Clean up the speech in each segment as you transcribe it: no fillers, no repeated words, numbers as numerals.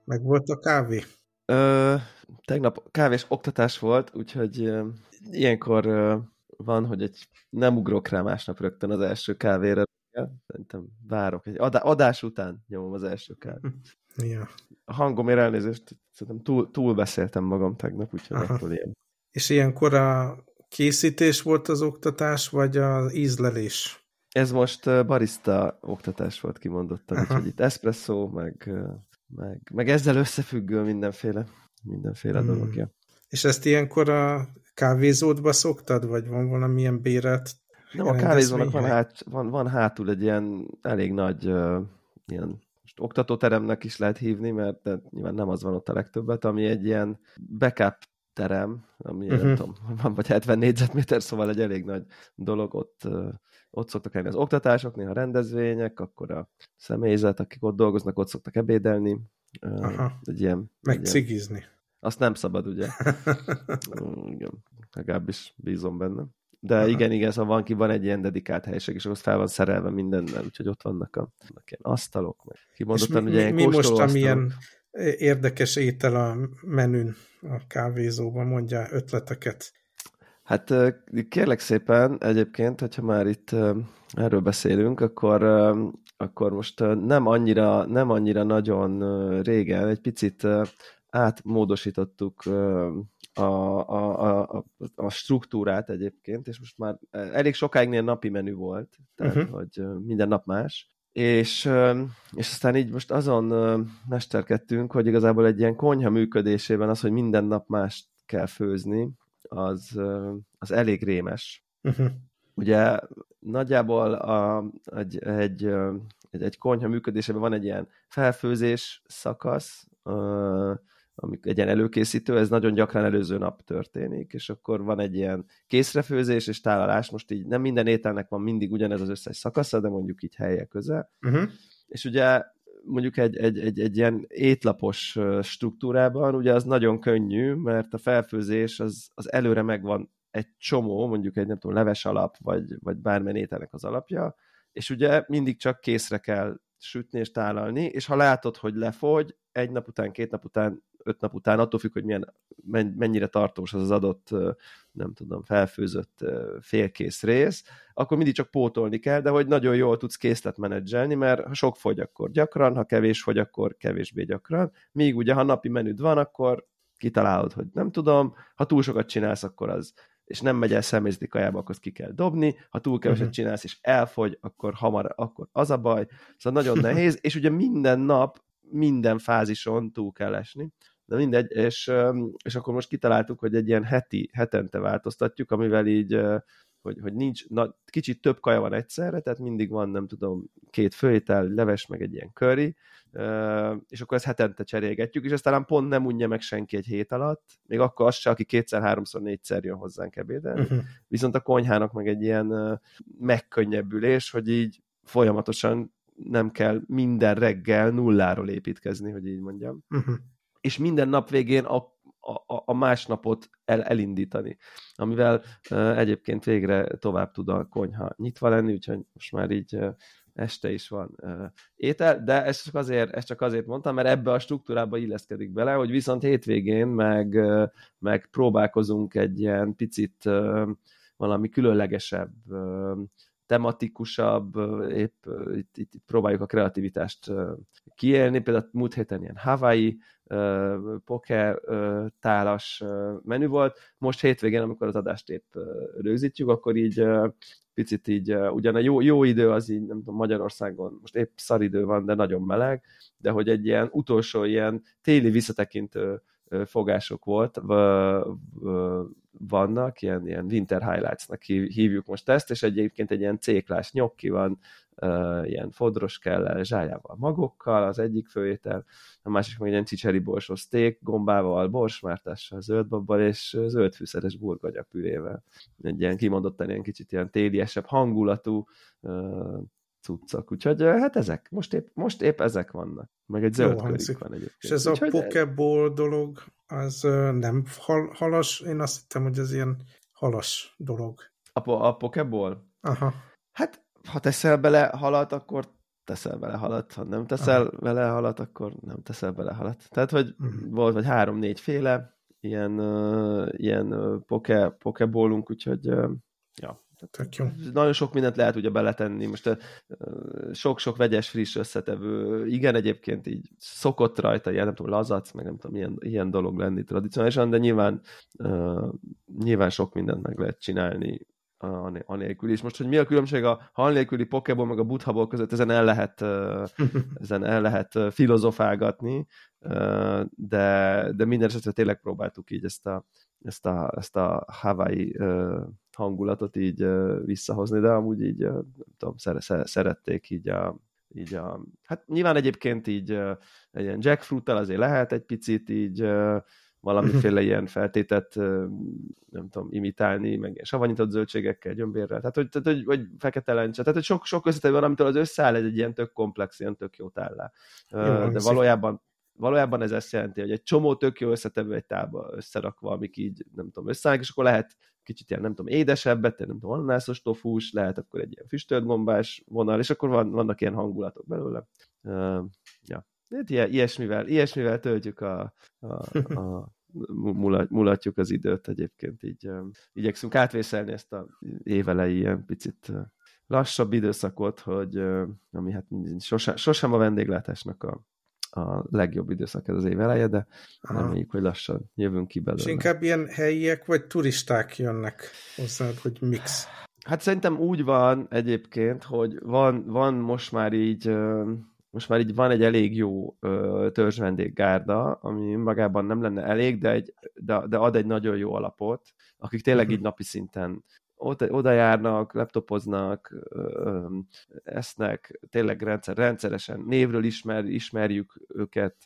Meg volt a kávé? Tegnap kávés oktatás volt, úgyhogy ilyenkor van, hogy nem ugrok rá másnap rögtön az első kávéra. Szerintem várok. Egy adás után nyomom az első kávét. Ja. A hangomért elnézést, szerintem túl beszéltem magam tegnap, úgyhogy attól ilyen. És ilyenkor a készítés volt az oktatás, vagy az ízlelés? Ez most barista oktatás volt kimondottan, úgyhogy itt espresszó, meg ezzel összefüggő mindenféle dologja. És ezt ilyenkor a kávézódba szoktad, vagy van valamilyen bérelt? Nem, a kávézónak van hátul egy ilyen elég nagy ilyen most oktatóteremnek is lehet hívni, mert nyilván nem az van ott a legtöbbet, ami egy ilyen backup terem, ami nem tudom, van vagy 70 négyzetméter, szóval egy elég nagy dolog, ott szoktak lenni az oktatások, néha rendezvények, akkor a személyzet, akik ott dolgoznak, ott szoktak ebédelni. Meg cigizni. Azt nem szabad, ugye? Igen, legalábbis bízom benne. De igen, szóval van egy ilyen dedikált helység, és ahhoz fel van szerelve mindennel, úgyhogy ott vannak ilyen asztalok. Meg kimondottan, ugye mi most, amilyen érdekes étel a menün a kávézóban, mondja ötleteket? Hát kérlek szépen, egyébként, hogyha már itt erről beszélünk, akkor most nem annyira nagyon régen, egy picit átmódosítottuk a struktúrát egyébként, és most már elég sokáig napi menü volt, tehát hogy minden nap más, és aztán így most azon mesterkedtünk, hogy igazából egy ilyen konyha működésében az, hogy minden nap mást kell főzni, az elég rémes. Ugye nagyjából egy konyha működésében van egy ilyen felfőzés szakasz, amik egy ilyen előkészítő, ez nagyon gyakran előző nap történik, és akkor van egy ilyen készrefőzés és tálalás, most így nem minden ételnek van mindig ugyanez az összes szakasza, de mondjuk így helye közel. És ugye mondjuk egy ilyen étlapos struktúrában, ugye az nagyon könnyű, mert a felfőzés az előre megvan egy csomó, mondjuk egy nem tudom, leves alap, vagy bármilyen ételnek az alapja, és ugye mindig csak készre kell sütni és tálalni, és ha látod, hogy lefogy, egy nap után, 2 nap után, 5 nap után, attól függ, hogy mennyire tartós az adott, nem tudom, felfőzött félkész rész, akkor mindig csak pótolni kell, de hogy nagyon jól tudsz készlet menedzselni, mert ha sok fogy, akkor gyakran, ha kevés fogy, akkor kevésbé gyakran. Míg ugye, ha napi menüd van, akkor kitalálod, hogy nem tudom, ha túl sokat csinálsz, akkor az, és nem megy el személyzeti kajába, akkor azt ki kell dobni, ha túl keveset csinálsz, és elfogy, akkor akkor az a baj. Szóval nagyon nehéz, és ugye minden nap, minden fázison túl kell esni. De mindegy, és akkor most kitaláltuk, hogy egy ilyen hetente változtatjuk, amivel így, hogy nincs, kicsit több kaja van egyszerre, tehát mindig van, nem tudom, 2 főétel, leves, meg egy ilyen curry, és akkor ezt hetente cserélgetjük, és ezt talán pont nem unja meg senki egy hét alatt, még akkor az se, aki 2-szer, 3-szor, 4-szer jön hozzánk ebédelni. Viszont a konyhának meg egy ilyen megkönnyebbülés, hogy így folyamatosan nem kell minden reggel nulláról építkezni, hogy így mondjam. És minden nap végén a másnapot elindítani, amivel egyébként végre tovább tud a konyha nyitva lenni, úgyhogy most már így este is van étel, de ezt csak azért mondtam, mert ebbe a struktúrába illeszkedik bele, hogy viszont hétvégén meg próbálkozunk egy ilyen picit valami különlegesebb, tematikusabb, épp itt próbáljuk a kreativitást kiélni, például múlt héten ilyen Hawaii, poke tálas menü volt, most hétvégén, amikor az adást épp rögzítjük, akkor így picit így, ugyan a jó idő az így, nem tudom, Magyarországon most épp szaridő van, de nagyon meleg, de hogy egy ilyen utolsó ilyen téli visszatekintő fogások vannak, ilyen winter highlights-nak hívjuk most ezt, és egyébként egy ilyen céklás nyokki van, ilyen fodros kellel, zsájával, magokkal, az egyik főétel, a másik meg egy ilyen csicseri borsos steak, gombával, borsmártással, zöldbabbal és zöldfűszeres burgonyapürével. Egy ilyen kimondottan ilyen kicsit ilyen téliesebb hangulatú cuccok. Úgyhogy hát ezek, most épp ezek vannak. Meg egy zöld körük van egyébként. És ez a pokeball dolog, az nem halas? Én azt hittem, hogy ez ilyen halas dolog. A pokeball? Aha. Hát, ha teszel bele halat, akkor teszel vele halat, ha nem teszel vele halat, akkor nem teszel vele halat. Tehát, hogy volt vagy 3-4 féle ilyen pokeballunk, úgyhogy ja. Tök jó. Nagyon sok mindent lehet ugye beletenni, most sok-sok vegyes, friss összetevő, igen, egyébként így szokott rajta ilyen, nem tudom, lazac, meg nem tudom, ilyen dolog lenni tradicionálisan, de nyilván sok mindent meg lehet csinálni anélkül is. Most, hogy mi a különbség a hal nélküli pokeball meg a buthaball között, ezen el lehet filozofálgatni, de minden esetre tényleg próbáltuk így ezt a Hawaii hangulatot így visszahozni, de amúgy így nem tudom, szerették így hát nyilván egyébként így egy ilyen jackfruittal azért lehet egy picit így valamiféle ilyen feltétet, nem tudom, imitálni, meg ilyen savanyított zöldségekkel, gyömbérrel, tehát hogy fekete lencse, tehát hogy sok összetevő van, amitől az összeáll egy ilyen tök komplex, ilyen tök jó tállá. De valójában ez ezt jelenti, hogy egy csomó tök jó összetevő egy tálba összerakva, amik így, nem tudom, összeállnak, és akkor lehet kicsit ilyen, nem tudom, édesebbet, nem tudom, ananászos tofús, lehet akkor egy ilyen füstölt gombás vonal, és akkor vannak ilyen hangulatok belőle. Ja. Ilyesmivel töltjük mulatjuk az időt egyébként, így igyekszünk átvészelni ezt a évelei ilyen picit lassabb időszakot, hogy ami hát sosem a vendéglátásnak a legjobb időszak ez az év eleje, de reméljük, hogy lassan jövünk ki belőle. És inkább ilyen helyiek vagy turisták jönnek hozzád, hogy mix? Hát szerintem úgy van egyébként, hogy van most már így van egy elég jó törzsvendéggárda, ami magában nem lenne elég, de ad egy nagyon jó alapot, akik tényleg így napi szinten oda járnak, laptopoznak, esznek, tényleg rendszeresen névről ismerjük őket,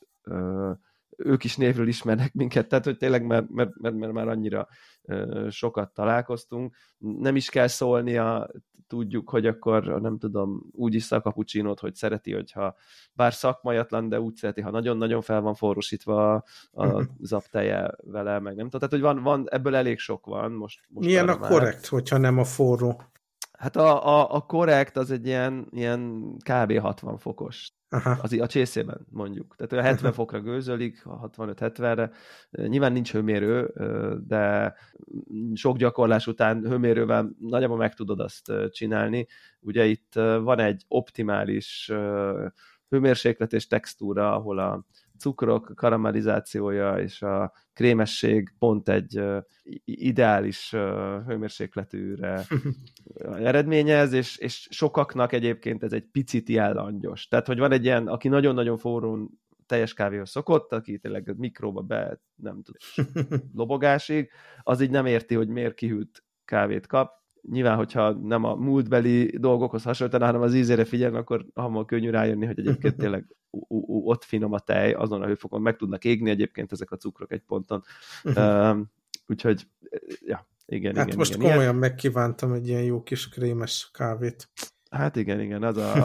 ők is névről ismernek minket, tehát hogy tényleg mert már annyira sokat találkoztunk. Nem is kell szólnia, tudjuk, hogy akkor nem tudom, úgy iszza a cappuccinót, hogy szereti, hogyha bár szakmaiatlan, de úgy szereti, ha nagyon-nagyon fel van forrósítva a zapteje vele, meg nem tudom. Tehát, hogy van ebből elég sok van. Most milyen a korrekt, hogyha nem a forró? Hát a korrekt az egy ilyen kb. 60 fokos. A csészében mondjuk. Tehát olyan 70 fokra gőzölik, 65-70-re. Nyilván nincs hőmérő, de sok gyakorlás után hőmérővel nagyjából meg tudod azt csinálni. Ugye itt van egy optimális hőmérséklet és textúra, ahol a cukrok karamellizációja és a krémesség pont egy ideális hőmérsékletűre eredményez, és sokaknak egyébként ez egy picit ilyen langyos. Tehát, hogy van egy ilyen, aki nagyon-nagyon forrón teljes kávéhoz szokott, aki tényleg mikróba nem tud lobogásig, az így nem érti, hogy miért kihűlt kávét kap. Nyilván, hogyha nem a múltbeli dolgokhoz hasonlítaná, hanem az ízére figyelni, akkor hamar könnyű rájönni, hogy egyébként tényleg ott finom a tej, azon a hőfokon meg tudnak égni egyébként ezek a cukrok egy ponton. Úgyhogy, ja, igen. Hát most igen, komolyan megkívántam egy ilyen jó kis krémes kávét. Hát igen,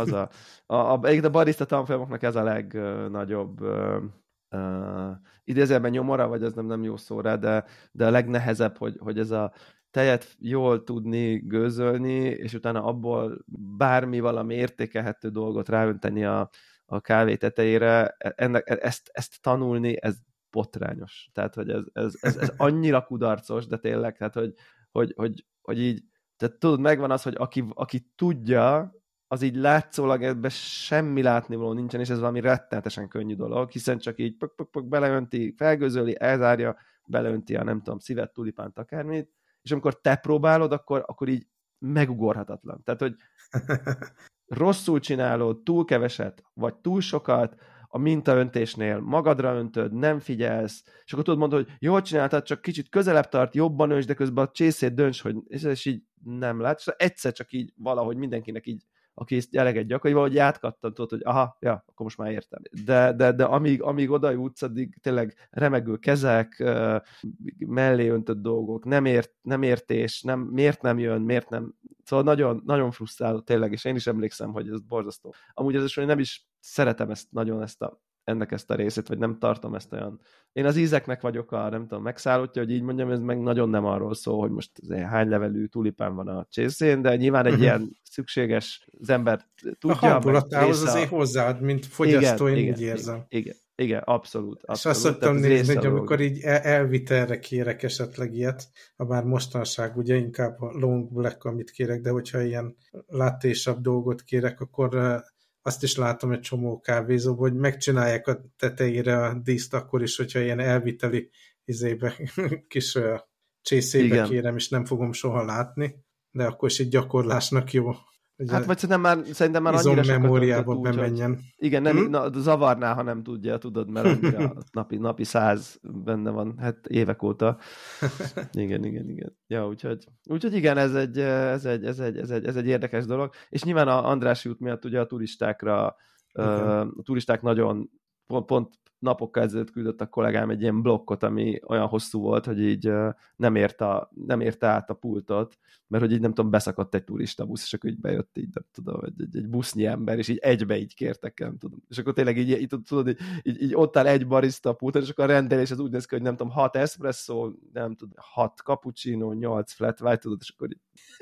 a barista tanfolyamoknak ez a legnagyobb idézőjelben nyomora, vagy ez nem jó szó rá, de a legnehezebb, hogy ez a tejet jól tudni gőzölni, és utána abból valami értékelhető dolgot ráönteni a kávé tetejére, ezt tanulni, ez botrányos. Tehát, hogy ez annyira kudarcos, de tényleg, tehát, hogy így, tehát tudod, megvan az, hogy aki tudja, az így látszólag ebben semmi látnivaló nincsen, és ez valami rettenetesen könnyű dolog, hiszen csak így beleönti, felgőzöli, elzárja, beleönti a nem tudom, szívet, tulipánt, akármit, és amikor te próbálod, akkor így megugorhatatlan. Tehát, hogy rosszul csinálod, túl keveset, vagy túl sokat, a mintaöntésnél magadra öntöd, nem figyelsz, és akkor tudod mondani, hogy jól csináltad, csak kicsit közelebb tart, jobban önts, de közben a csészét dönts, hogy és így nem lát, és egyszer csak így valahogy mindenkinek így, aki ezt eleget gyakor, hogy valahogy átkattantod, hogy aha, ja, akkor most már értem. De amíg oda jutsz, addig tényleg remegő kezek, mellé öntött dolgok, nem értés, miért nem jön, miért nem. Szóval nagyon, nagyon frusztráló tényleg, és én is emlékszem, hogy ez borzasztó. Amúgy ez is, hogy nem is szeretem ezt ennek ezt a részét, vagy nem tartom ezt olyan. Én az ízeknek vagyok nem tudom, megszállottja, hogy így mondjam, ez meg nagyon nem arról szól, hogy most hány levelű tulipán van a csészén, de nyilván egy ilyen szükséges, az ember tudja. A hangulatához azért hozzáad, mint fogyasztó, én úgy érzem. Igen, abszolút. És azt szoktam nézni, hogy amikor így elvitelre kérek esetleg ilyet, ha bár mostanság ugye inkább a long black, amit kérek, de hogyha ilyen láttésabb dolgot kérek, akkor azt is látom egy csomó kávézóban, hogy megcsinálják a tetejére a díszt akkor is, hogyha ilyen elviteli kis csészébe kérem, és nem fogom soha látni, de akkor is egy gyakorlásnak jó. Hát vagy szerintem már annyira memóriába bemenjen. Igen, nem, zavarná, ha nem tudja, tudod, mert annyira napi 100 benne van, hát évek óta. Igen. Ja, úgyhogy igen, ez egy érdekes dolog. És nyilván a Andrássy út miatt ugye a turisták nagyon pont napokkal ezelőtt küldött a kollégám egy ilyen blokkot, ami olyan hosszú volt, hogy így nem érte át a pultot, mert hogy így nem tudom, beszakadt egy turista busz, és akkor így bejött így, nem tudom, egy busznyi ember, és így egybe így kértek, nem tudom. És akkor tényleg így tudod, így ott áll egy barista a pulton, és akkor a rendelés az úgy néz ki, hogy nem tudom, 6 espresso, nem tudom, 6 cappuccino, 8 flat white, tudod, és akkor így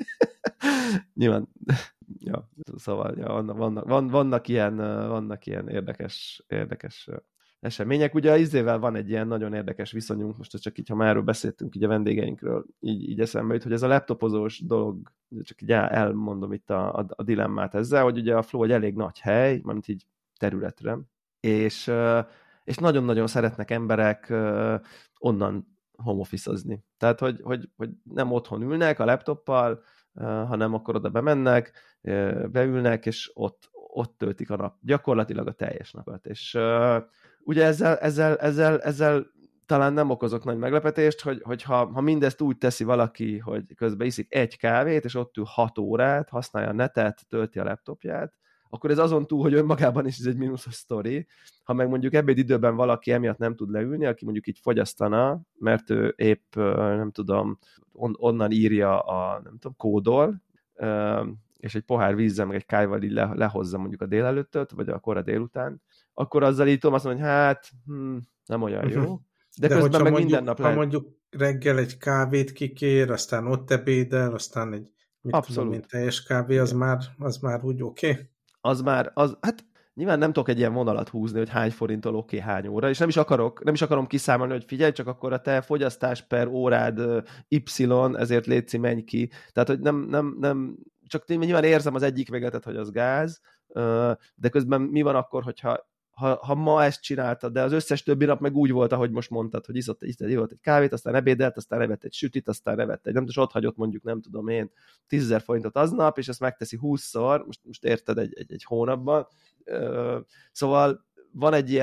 nyilván, ja, szóval ja, vannak ilyen érdekes események. Ugye az izével van egy ilyen nagyon érdekes viszonyunk, most csak így, ha már erről beszéltünk így a vendégeinkről, így eszembe jut, hogy ez a laptopozós dolog, csak így elmondom itt a dilemmát ezzel, hogy ugye a Flow egy elég nagy hely, mármint így területre, és nagyon-nagyon szeretnek emberek onnan home office-ozni. Tehát, hogy nem otthon ülnek a laptoppal, hanem akkor oda bemennek, beülnek, és ott töltik a nap, gyakorlatilag a teljes napot. És ugye ezzel talán nem okozok nagy meglepetést, hogy ha mindezt úgy teszi valaki, hogy közben iszik egy kávét, és ott ül 6 órát, használja a netet, tölti a laptopját, akkor ez azon túl, hogy önmagában is ez egy mínuszos sztori. Ha meg mondjuk ebédidőben valaki emiatt nem tud leülni, aki mondjuk így fogyasztana, mert ő épp, nem tudom, onnan írja nem tudom, kódol, és egy pohár vízzel, meg egy kájval így lehozza mondjuk a délelőttöt, vagy a kora délután, akkor azzal így tudom azt mondani, hogy hát nem olyan jó. De közben meg minden nap lehet. Ha mondjuk reggel egy kávét kikér, aztán ott ebédel, aztán egy teljes kávé, az már úgy oké? Hát nyilván nem tudok egy ilyen vonalat húzni, hogy hány forinttól oké, hány óra, és nem is akarom kiszámolni, hogy figyelj, csak akkor a te fogyasztás per órád Y, ezért létszi, menj ki. Tehát, hogy nem csak nyilván érzem az egyik végletet, hogy az gáz, de közben mi van akkor, hogyha ma ezt csináltad, de az összes többi nap meg úgy volt, ahogy most mondtad, hogy iszott egy kávét, aztán ebédelt, aztán evett egy sütit, aztán evett egy, nem tudom, ott hagyott mondjuk, nem tudom én, 10 000 forintot aznap, és ezt megteszi 20-szor, most érted egy hónapban. Szóval van egy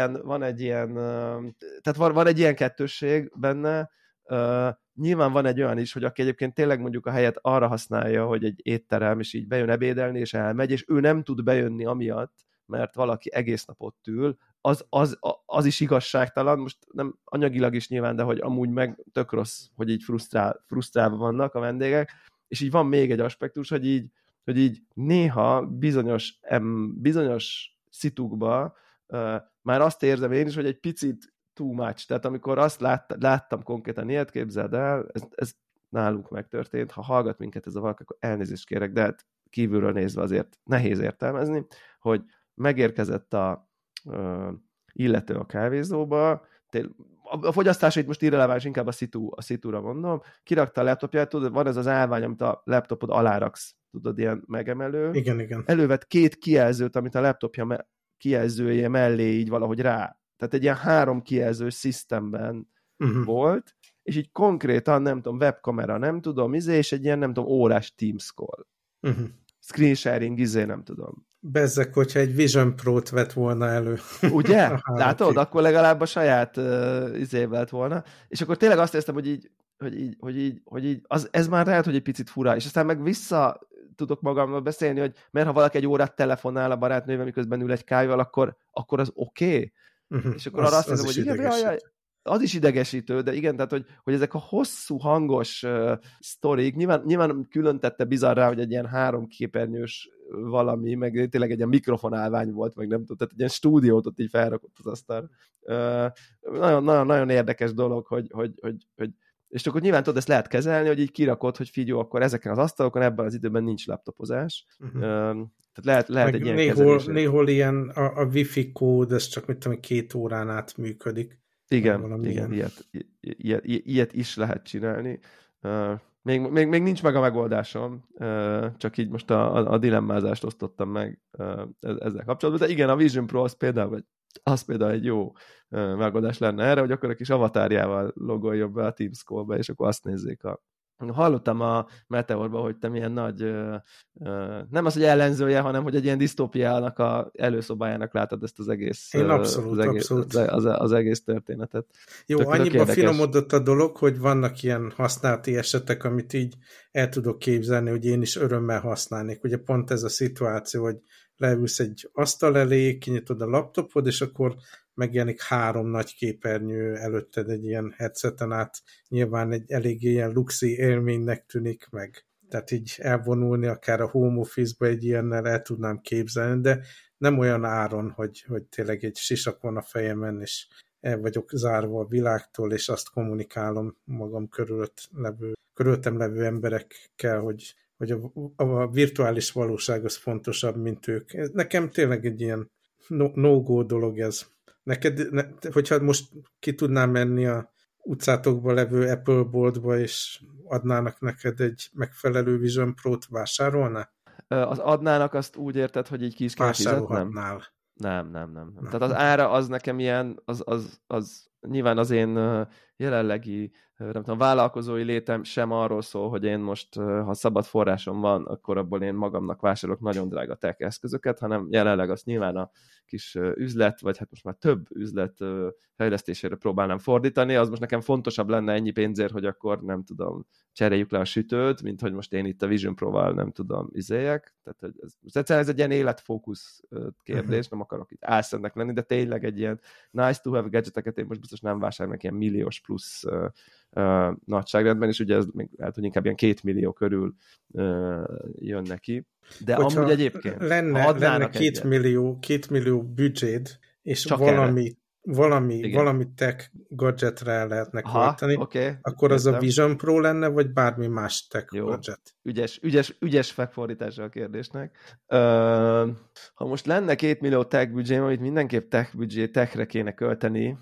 ilyen kettősség benne. Nyilván van egy olyan is, hogy aki egyébként tényleg mondjuk a helyet arra használja, hogy egy étterem, és így bejön ebédelni, és elmegy, és ő nem tud bejönni amiatt, mert valaki egész nap ott ül, az is igazságtalan, most nem anyagilag is nyilván, de hogy amúgy meg tök rossz, hogy így frusztrálva vannak a vendégek, és így van még egy aspektus, hogy így néha bizonyos szitukba már azt érzem én is, hogy egy picit too much, tehát amikor azt láttam konkrétan ilyet, képzeld el, ez nálunk megtörtént, ha hallgat minket ez a valaki, akkor elnézést kérek, de hát kívülről nézve azért nehéz értelmezni, hogy megérkezett a illető a kávézóba, a fogyasztásait most irreleváns, inkább a szitúra mondom, kirakta a laptopját, tudod, van ez az állvány, amit a laptopod aláraksz, tudod, ilyen megemelő. Igen. Elővett 2 kijelzőt, amit a laptopja kijelzője mellé így valahogy rá. Tehát egy ilyen 3 kijelzős szisztemben volt, és így konkrétan, nem tudom, webkamera, nem tudom, és egy ilyen, nem tudom, órás Teams call. Screen sharing, nem tudom. Bezzek, hogyha egy Vision Pro-t vett volna elő. Ugye? Látod? Akkor legalább a saját lett volna. És akkor tényleg azt éreztem, hogy így ez már lehet, hogy egy picit fura. És aztán meg vissza tudok magammal beszélni, hogy mert ha valaki egy órát telefonál a barátnővel, miközben ül egy kávéval, akkor az oké? És akkor arra azt hiszem, hogy igen, az is idegesítő, de igen, tehát, hogy ezek a hosszú, hangos sztorik, nyilván külön tette bizarrá, hogy egy ilyen 3 képernyős valami, meg tényleg egy ilyen mikrofonálvány volt, meg nem tudom, tehát egy ilyen stúdiót ott így felrakott az asztal. Nagyon érdekes dolog, hogy és akkor nyilván tudod, ezt lehet kezelni, hogy így kirakod, hogy figyelj, akkor ezeken az asztalokon ebben az időben nincs laptopozás. Tehát lehet egy ilyen kezelés. Néhol ilyen a wifi kód, ez csak mit tudom, 2 órán át működik. Igen, ilyet is lehet csinálni. Még nincs meg a megoldásom, csak így most a dilemmázást osztottam meg ezzel kapcsolatban. De igen, a Vision Pro az például egy jó megoldás lenne erre, hogy akkor a kis avatárjával logoljon be a Teams call-ba, és akkor azt nézzék Hallottam a Meteorban, hogy te milyen nagy, nem az, hogy ellenzője, hanem hogy egy ilyen disztópiának a előszobájának látod ezt az egész, én abszolút. Az egész történetet. Jó, annyiban finomodott a dolog, hogy vannak ilyen használati esetek, amit így el tudok képzelni, hogy én is örömmel használnék. Ugye pont ez a szituáció, hogy leülsz egy asztal elé, kinyitod a laptopod, és akkor megjelenik 3 nagy képernyő előtted egy ilyen headseten át. Nyilván egy elég ilyen luxi élménynek tűnik meg. Tehát így elvonulni akár a home office-ba egy ilyennel el tudnám képzelni, de nem olyan áron, hogy tényleg egy sisak van a fejemen, és el vagyok zárva a világtól, és azt kommunikálom magam körülöttem levő emberekkel, hogy a virtuális valóság az fontosabb, mint ők. Nekem tényleg egy ilyen no-go dolog ez. Neked, hogyha most ki tudnám menni a utcátokba levő Apple boltba, és adnának neked egy megfelelő Vision Pro-t, vásárolná? Az adnának, azt úgy érted, hogy így ki is kell fizetnem? Nem. Tehát az ára az nekem ilyen, az nyilván az én jelenlegi nem tudom, vállalkozói létem sem arról szól, hogy én most, ha szabad forrásom van, akkor abból én magamnak vásárolok nagyon drága tech eszközöket, hanem jelenleg azt nyilván a kis üzlet, vagy hát most már több üzlet fejlesztésére próbálnám fordítani, az most nekem fontosabb lenne ennyi pénzért, hogy akkor nem tudom, cseréljük le a sütőt, mint hogy most én itt a Vision Pro-val nem tudom, izéljek. Tehát hogy ez egy ilyen életfókusz kérdés, nem akarok itt álszentnek lenni, de tényleg egy ilyen nice to have gadgeteket én most biztos nem vásárolnak ilyen milliós plusz nagyságrendben, és ugye ez még lehet, hogy inkább ilyen 2 millió körül jön neki. De hogyha amúgy egyébként lenne 2 millió büdzséd, és valami tech gadgetre el lehetne költeni, akkor az a Vision Pro lenne, vagy bármi más tech gadget? Ügyes megfordítása a kérdésnek. Ha most lenne 2 millió tech büdzsém, amit mindenképp techre kéne költeni,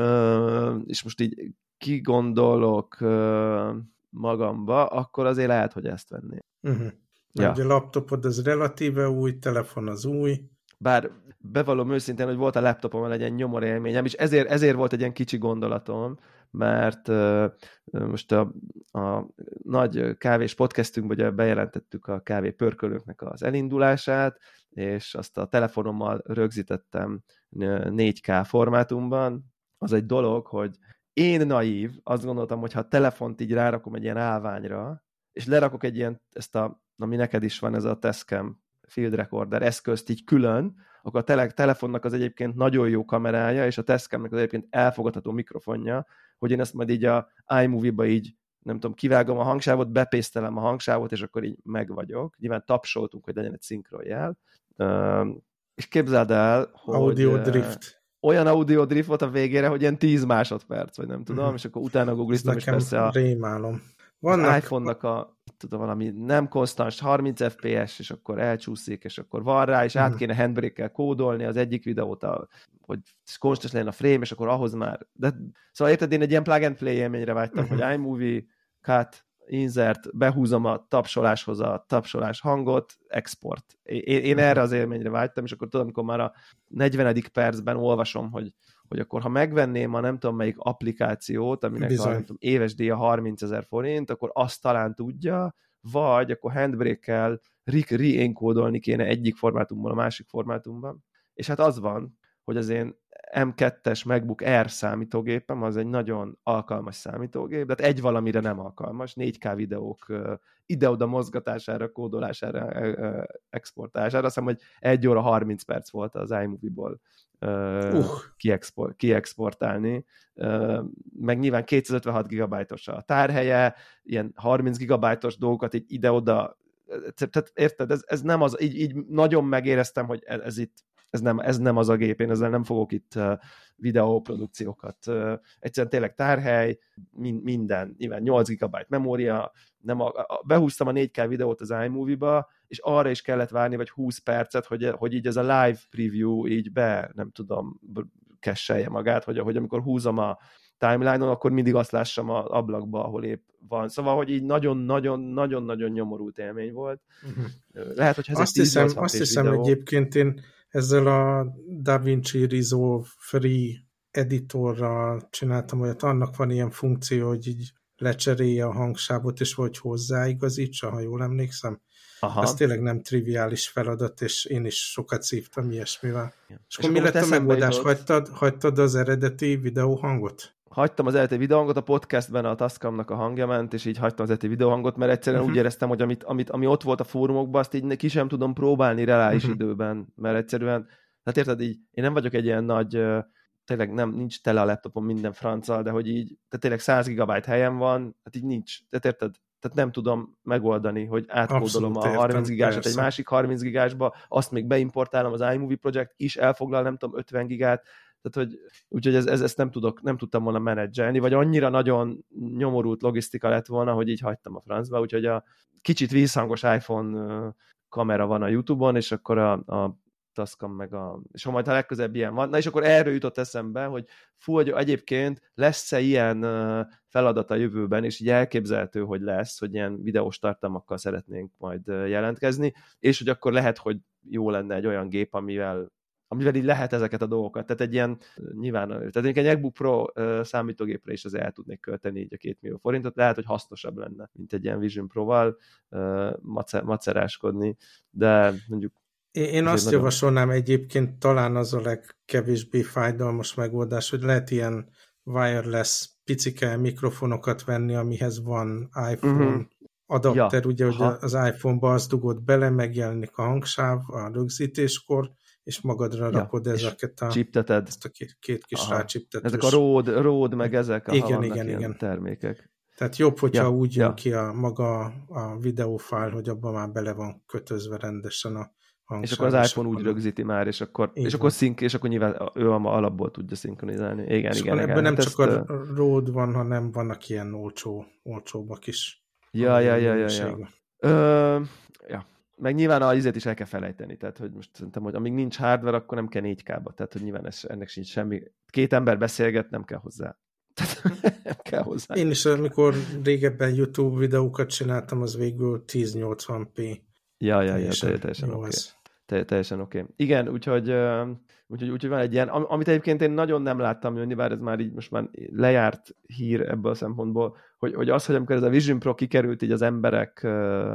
és most így kigondolok magamba, akkor azért lehet, hogy ezt venni. Ja. A laptopod az relatíve új, telefon az új. Bár bevallom őszintén, hogy volt a laptopommal egy ilyen nyomorélményem, és ezért volt egy ilyen kicsi gondolatom, mert most a nagy kávés podcastünkben ugye bejelentettük a kávé pörkölőknek az elindulását, és azt a telefonommal rögzítettem 4K formátumban. Az egy dolog, hogy én naív, azt gondoltam, hogy ha a telefont így rárakom egy ilyen állványra, és lerakok egy ilyen, ami neked is van, ez a Tascam Field Recorder eszközt így külön, akkor a telefonnak az egyébként nagyon jó kamerája, és a Tascamnek az egyébként elfogadható mikrofonja, hogy én ezt majd így a iMovie-ba így, nem tudom, kivágom a hangsávot, bepésztelem a hangsávot, és akkor így megvagyok. Nyilván tapsoltunk, hogy legyen egy szinkronjel. És képzeld el, hogy... Audio drift. Olyan audio drift volt a végére, hogy ilyen 10 másodperc, vagy nem tudom, és akkor utána googliztam, és persze rémálom. Az iPhone-nak valami nem konstans 30 FPS, és akkor elcsúszik, és akkor van rá, és át kéne handbrake-kel kódolni az egyik videót, hogy konstans legyen a frame, és akkor ahhoz már... De, szóval érted, én egy ilyen plug and play élményre vágytam, hogy iMovie, cut, insert, behúzom a tapsoláshoz a tapsolás hangot, export. Én erre az élményre vágytam, és akkor tudom, amikor már a 40. percben olvasom, hogy akkor ha megvenném a nem tudom melyik applikációt, aminek éves díja 30 000 forint, akkor azt talán tudja, vagy akkor handbrake-kel re-encodolni kéne egyik formátumból a másik formátumban. És hát az van, hogy az én M2-es MacBook Air számítógépem az egy nagyon alkalmas számítógép, de hát egy valamire nem alkalmas, 4K videók ide-oda mozgatására, kódolására, exportálására. Azt hiszem, hogy 1 óra 30 perc volt az iMovie-ból kiexportálni, meg nyilván 256 GB-os a tárhelye, ilyen 30 GB-os dolgokat így ide-oda, tehát érted, ez nem az, így nagyon megéreztem, hogy ez nem az a gép, én ezzel nem fogok itt videóprodukciókat. Egyszerűen tényleg tárhely, minden, nyilván 8 GB memória, behúztam a 4K videót az iMovie-ba, és arra is kellett várni, vagy 20 percet, hogy így ez a live preview így nem tudom, kesselje magát, hogy amikor húzom a timeline-on, akkor mindig azt lássam az ablakba, ahol épp van. Szóval, hogy így nagyon-nagyon nyomorult élmény volt. Lehet, hogy ez azt hiszem egyébként én ezzel a DaVinci Resolve Free editorral csináltam olyat, annak van ilyen funkció, hogy így lecserélje a hangsávot, és vagy hozzáigazítsa, ha jól emlékszem. Aha. Ez tényleg nem triviális feladat, és én is sokat szívtam ilyesmivel. Ja. És akkor mi lett a megoldás? Hagytad az eredeti videóhangot? Hagytam az eredeti videóhangot, a podcastben a Tascamnak a hangja ment, és így hagytam az eredeti videóhangot, mert egyszerűen úgy éreztem, hogy ami ott volt a fórumokban, azt így ki sem tudom próbálni reális időben, mert egyszerűen, hát érted, így én nem vagyok egy ilyen nagy, tényleg nincs tele a laptopon minden franccal, de hogy így, tehát tényleg 100 GB helyem van, hát így nincs, tehát érted? Tehát nem tudom megoldani, hogy átkódolom a 30 gigásat egy másik 30 gigásba, azt még beimportálom, az iMovie Project is elfoglal, nem tudom, 50 gigát, tehát, hogy úgyhogy ezt nem tudtam volna menedzselni, vagy annyira nagyon nyomorult logisztika lett volna, hogy így hagytam a francba, úgyhogy a kicsit vízhangos iPhone kamera van a YouTube-on, és akkor a Tascam és ha majd ha legközebb ilyen van. Na és akkor erről jutott eszembe, hogy hogy egyébként lesz-e ilyen feladat a jövőben, és így elképzelhető, hogy lesz, hogy ilyen videós tartalmakkal szeretnénk majd jelentkezni, és hogy akkor lehet, hogy jó lenne egy olyan gép, amivel így lehet ezeket a dolgokat. Tehát egy ilyen, nyilván, tehát egy MacBook Pro számítógépre is azért el tudnék költeni így a 2 millió forintot, lehet, hogy hasznosabb lenne, mint egy ilyen Vision Pro-val maceráskodni, de mondjuk én azt javasolnám egyébként, talán az a legkevésbé fájdalmas megoldás, hogy lehet ilyen wireless picike mikrofonokat venni, amihez van iPhone adapter, ugye, hogy az iPhone-ba azt dugod bele, megjelenik a hangsáv a rögzítéskor, és magadra rakod ezeket ezt a két kis rácsiptetős. Ezek a Rode meg ezek igen. termékek. Tehát jobb, hogyha úgy jön ki maga a videófájl, hogy abban már bele van kötözve rendesen a hangsáv. És akkor az iPhone úgy rögzíti már, és akkor nyilván ő alapból tudja szinkronizálni. Igen. Ebben nem csak a Rode van, hanem vannak ilyen olcsóbbak is. Ja. Meg nyilván a izét is el kell felejteni, tehát hogy most szerintem, hogy amíg nincs hardware, akkor nem kell 4K-ba, tehát hogy nyilván ennek sincs semmi. 2 ember beszélget, nem kell hozzá. Nem kell hozzá. Én is, amikor régebben YouTube videókat csináltam, az végül 1080p. Ja, teljesen oké. Teljesen oké. Igen, úgyhogy van egy ilyen, amit egyébként én nagyon nem láttam jönni, bár ez már így most már lejárt hír ebből a szempontból, hogy amikor ez a Vision Pro kikerült így az emberek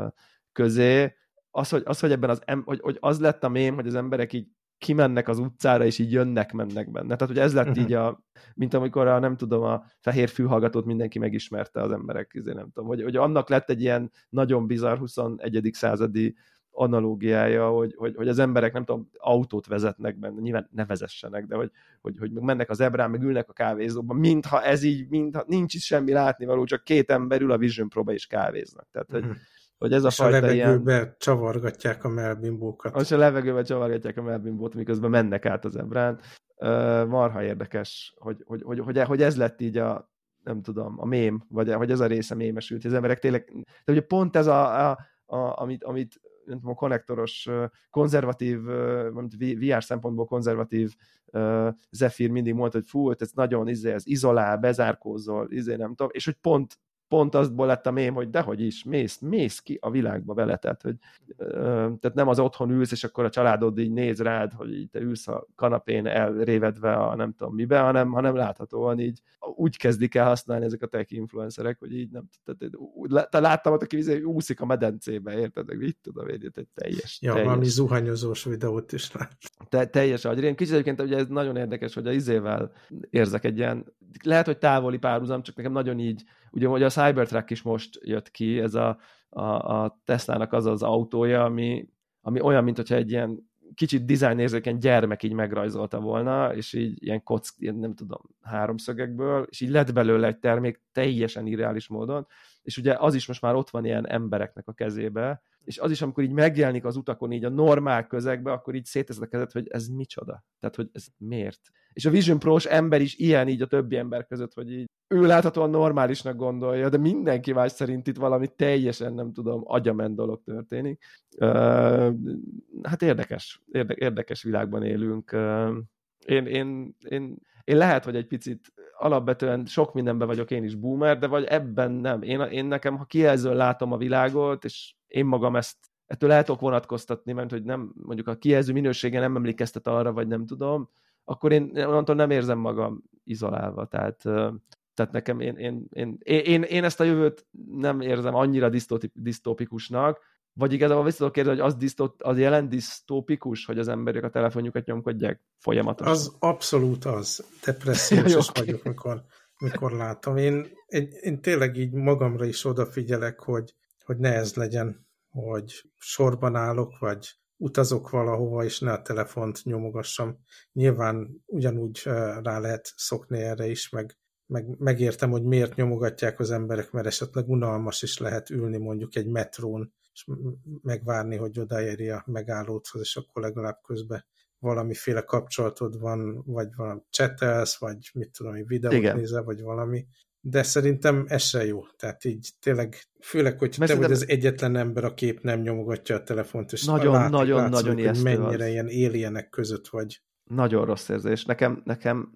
közé, hogy ebben hogy az lett a mém, hogy az emberek így kimennek az utcára, és így mennek benne. Tehát, hogy ez lett így mint amikor a fehér fülhallgatót mindenki megismerte az emberek, nem tudom, hogy annak lett egy ilyen nagyon bizarr 21. századi analógiája, hogy az emberek, nem tudom, autót vezetnek benne, nyilván ne vezessenek, de hogy mennek az ebrán, meg ülnek a kávézóban, mintha nincs itt semmi látnivaló, csak 2 ember ül a Vision Pro-ba és kávéznak. Tehát, hogy ez a fajta a levegőbe ilyen... csavargatják a melbimbókat. És a levegőbe csavargatják a melbimbót, miközben mennek át az ebrán. Marha érdekes, hogy ez lett így nem tudom, a mém, vagy ez a része mémesült, az emberek tényleg, de ugye pont ez amit nem tudom, a konnektoros, konzervatív, VR szempontból konzervatív Zephyr mindig mondta, hogy fú, ez nagyon ez izolál, bezárkózol, nem tudom, és hogy pont azból lett a mém, hogy dehogy is, mész ki a világba vele, tehát nem az otthon ülsz, és akkor a családod így néz rád, hogy így te ülsz a kanapén elrévedve a nem tudom mibe, hanem láthatóan így úgy kezdik el használni ezek a tech influencerek, hogy így nem, tehát láttam ott, aki úszik a medencébe, érted? Mit tudom én, teljes. Valami zuhanyozós videót is lát. Teljes agyra. Én kicsit egyébként ugye ez nagyon érdekes, hogy a izével érzek egy ilyen, lehet, hogy távoli párhuzam, csak nekem nagyon így, ugye a Cybertruck is most jött ki, ez a Teslának az autója, ami olyan, mint hogyha egy ilyen kicsit dizájnérzékeny gyermek így megrajzolta volna, és így ilyen ilyen nem tudom, háromszögekből, és így lett belőle egy termék teljesen irreális módon, és ugye az is most már ott van ilyen embereknek a kezébe, és az is, amikor így megjelenik az utakon így a normál közegbe, akkor így széteszed a kezed, hogy ez micsoda? Tehát, hogy ez miért? És a Vision Pro-s ember is ilyen így a többi ember között, hogy így ő láthatóan normálisnak gondolja, de mindenki más szerint itt valami teljesen, nem tudom, agyament dolog történik. Hát érdekes világban élünk. Én lehet, hogy egy picit alapvetően sok mindenben vagyok én is boomer, de vagy ebben nem. Én nekem, ha kijelzőn látom a világot, és én magam ettől el tudok vonatkoztatni, mert hogy nem, mondjuk a kijelző minősége nem emlékeztet arra, vagy nem tudom, akkor én onnantól nem érzem magam izolálva. Tehát nekem én ezt a jövőt nem érzem annyira disztópikusnak, vagy igazából vissza tudok kérdezni, hogy az jelent disztópikus, hogy az emberek a telefonjukat nyomkodják folyamatosan? Az abszolút az. Depressziós is vagyok, mikor látom. Én tényleg így magamra is odafigyelek, hogy ne ez legyen, hogy sorban állok, vagy utazok valahova, és ne a telefont nyomogassam. Nyilván ugyanúgy rá lehet szokni erre is, meg megértem, hogy miért nyomogatják az emberek, mert esetleg unalmas is lehet ülni mondjuk egy metrón, és megvárni, hogy odaérje a megállódhoz, és akkor legalább közben valamiféle kapcsolatod van, vagy valami csetelsz, vagy mit tudom, egy videót nézel, vagy valami. De szerintem ez se jó. Tehát így tényleg, főleg, hogy te vagy az egyetlen ember, a kép nem nyomogatja a telefont, és nagyon ijesztő, hogy mennyire ilyen alienek között vagy. Nagyon rossz érzés. Nekem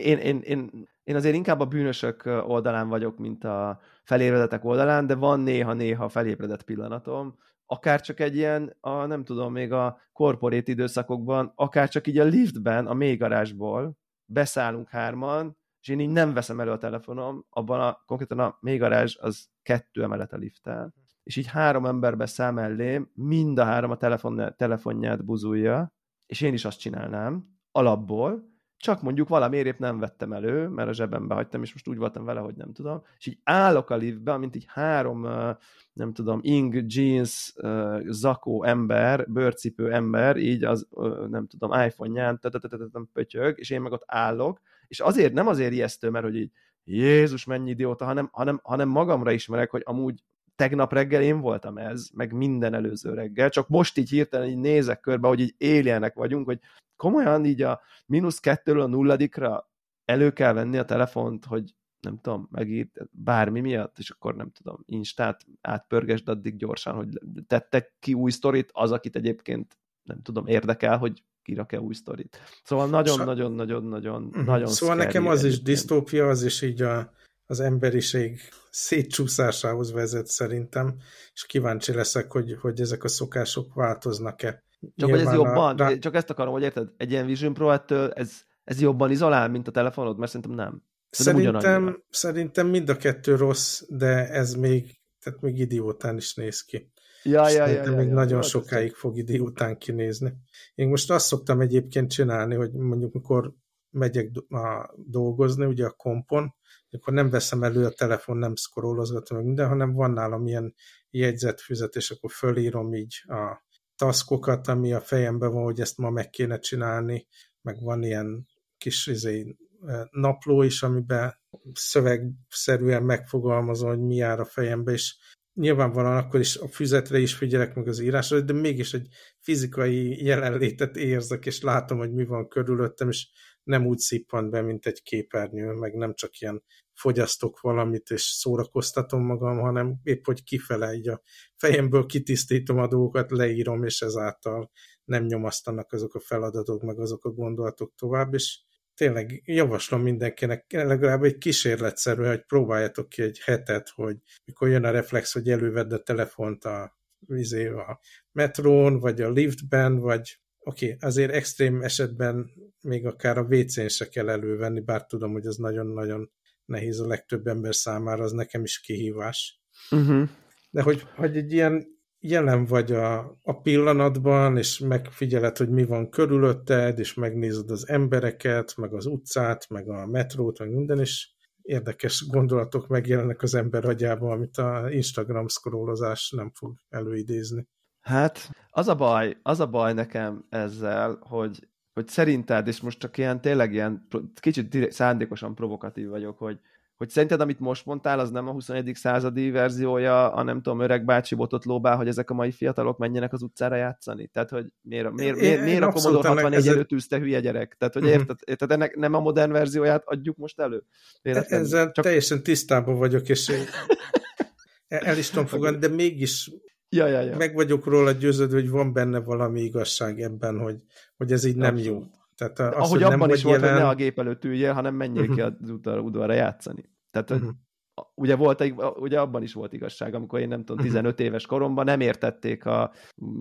én azért inkább a bűnösök oldalán vagyok, mint a felébredetek oldalán, de van néha felébredett pillanatom, akár csak egy ilyen, nem tudom, még a korporét időszakokban, akár csak így a liftben, a mélygarázsból beszállunk hárman, és én így nem veszem elő a telefonom, konkrétan a mélygarázs az 2 emelet a lifttel, és így 3 ember beszáll mellém, mind a 3 a telefonját buzulja, és én is azt csinálnám, alapból, csak mondjuk valamiért épp nem vettem elő, mert a zsebembe hagytam, és most úgy voltam vele, hogy nem tudom, és így állok a liftbe, mint így 3, nem tudom, jeans, zakó ember, bőrcipő ember, így az, nem tudom, iPhone-ján pötyög, és én meg ott állok, és nem azért ijesztő, mert hogy így Jézus, mennyi idióta, hanem magamra ismerek, hogy amúgy tegnap reggel én voltam ez, meg minden előző reggel, csak most így hirtelen így nézek körbe, hogy így alienek vagyunk, hogy komolyan így a -2-ről a 0-ra elő kell venni a telefont, hogy nem tudom, megírt bármi miatt, és akkor nem tudom, Instát átpörgesd addig gyorsan, hogy tettek ki új sztorit, az, akit egyébként nem tudom, érdekel, hogy kirak-e új sztorit. Szóval nagyon Szóval nekem az is disztópia, az is így az emberiség szétcsúszásához vezet szerintem, és kíváncsi leszek, hogy ezek a szokások változnak-e. Csak hogy ez jobban, csak ezt akarom, hogy érted, egy ilyen Vision Pro ettől ez jobban izolál, mint a telefonod, mert szerintem nem. Szerintem mind a kettő rossz, de ez még idiótán is néz ki. Még nagyon sokáig fog idiótán kinézni. Én most azt szoktam egyébként csinálni, hogy mondjuk mikor megyek dolgozni, ugye a kompon, akkor nem veszem elő a telefon, nem scrollozgatom meg minden, hanem van nálam ilyen jegyzetfüzet, és akkor fölírom így a taskokat, ami a fejemben van, hogy ezt ma meg kéne csinálni, meg van ilyen kis napló is, amiben szövegszerűen megfogalmazom, hogy mi jár a fejembe, és nyilvánvalóan akkor is a füzetre is figyelek meg az írásra, de mégis egy fizikai jelenlétet érzek, és látom, hogy mi van körülöttem, és nem úgy szippant be, mint egy képernyő, meg nem csak ilyen fogyasztok valamit, és szórakoztatom magam, hanem épp, hogy kifele, így a fejemből kitisztítom a dolgokat, leírom, és ezáltal nem nyomasztanak azok a feladatok, meg azok a gondolatok tovább, és tényleg javaslom mindenkinek legalább egy kísérletszerű, hogy próbáljatok ki egy hetet, hogy mikor jön a reflex, hogy elővedd a telefont a metrón, vagy a liftben, vagy azért extrém esetben még akár a WC-n se kell elővenni, bár tudom, hogy ez nagyon-nagyon nehéz a legtöbb ember számára, az nekem is kihívás. De hogy egy ilyen jelen vagy a pillanatban, és megfigyeled, hogy mi van körülötted, és megnézed az embereket, meg az utcát, meg a metrót, meg minden, és érdekes gondolatok megjelennek az ember agyában, amit a Instagram scrollozás nem fog előidézni. Hát, az a baj nekem ezzel, hogy szerinted, és most csak tényleg ilyen kicsit szándékosan provokatív vagyok, hogy szerinted, amit most mondtál, az nem a 21. századi verziója, a nem tudom, öreg bácsi botot lóbál, hogy ezek a mai fiatalok menjenek az utcára játszani? Tehát, hogy miért a Commodore 64 előtt űzte hülye gyerek? Tehát, hogy érted, ennek nem a modern verzióját adjuk most elő? Ezzel csak teljesen tisztában vagyok, és el is tudom fogadni, de mégis meg vagyok róla győződve, hogy van benne valami igazság ebben, hogy ez így nem jó. Tehát ahogy abban is volt, hogy ne a gép előtt üljél, hanem menjél ki az udvarra játszani. Tehát, ugye abban is volt igazság, amikor én nem tudom, 15 éves koromban nem értették a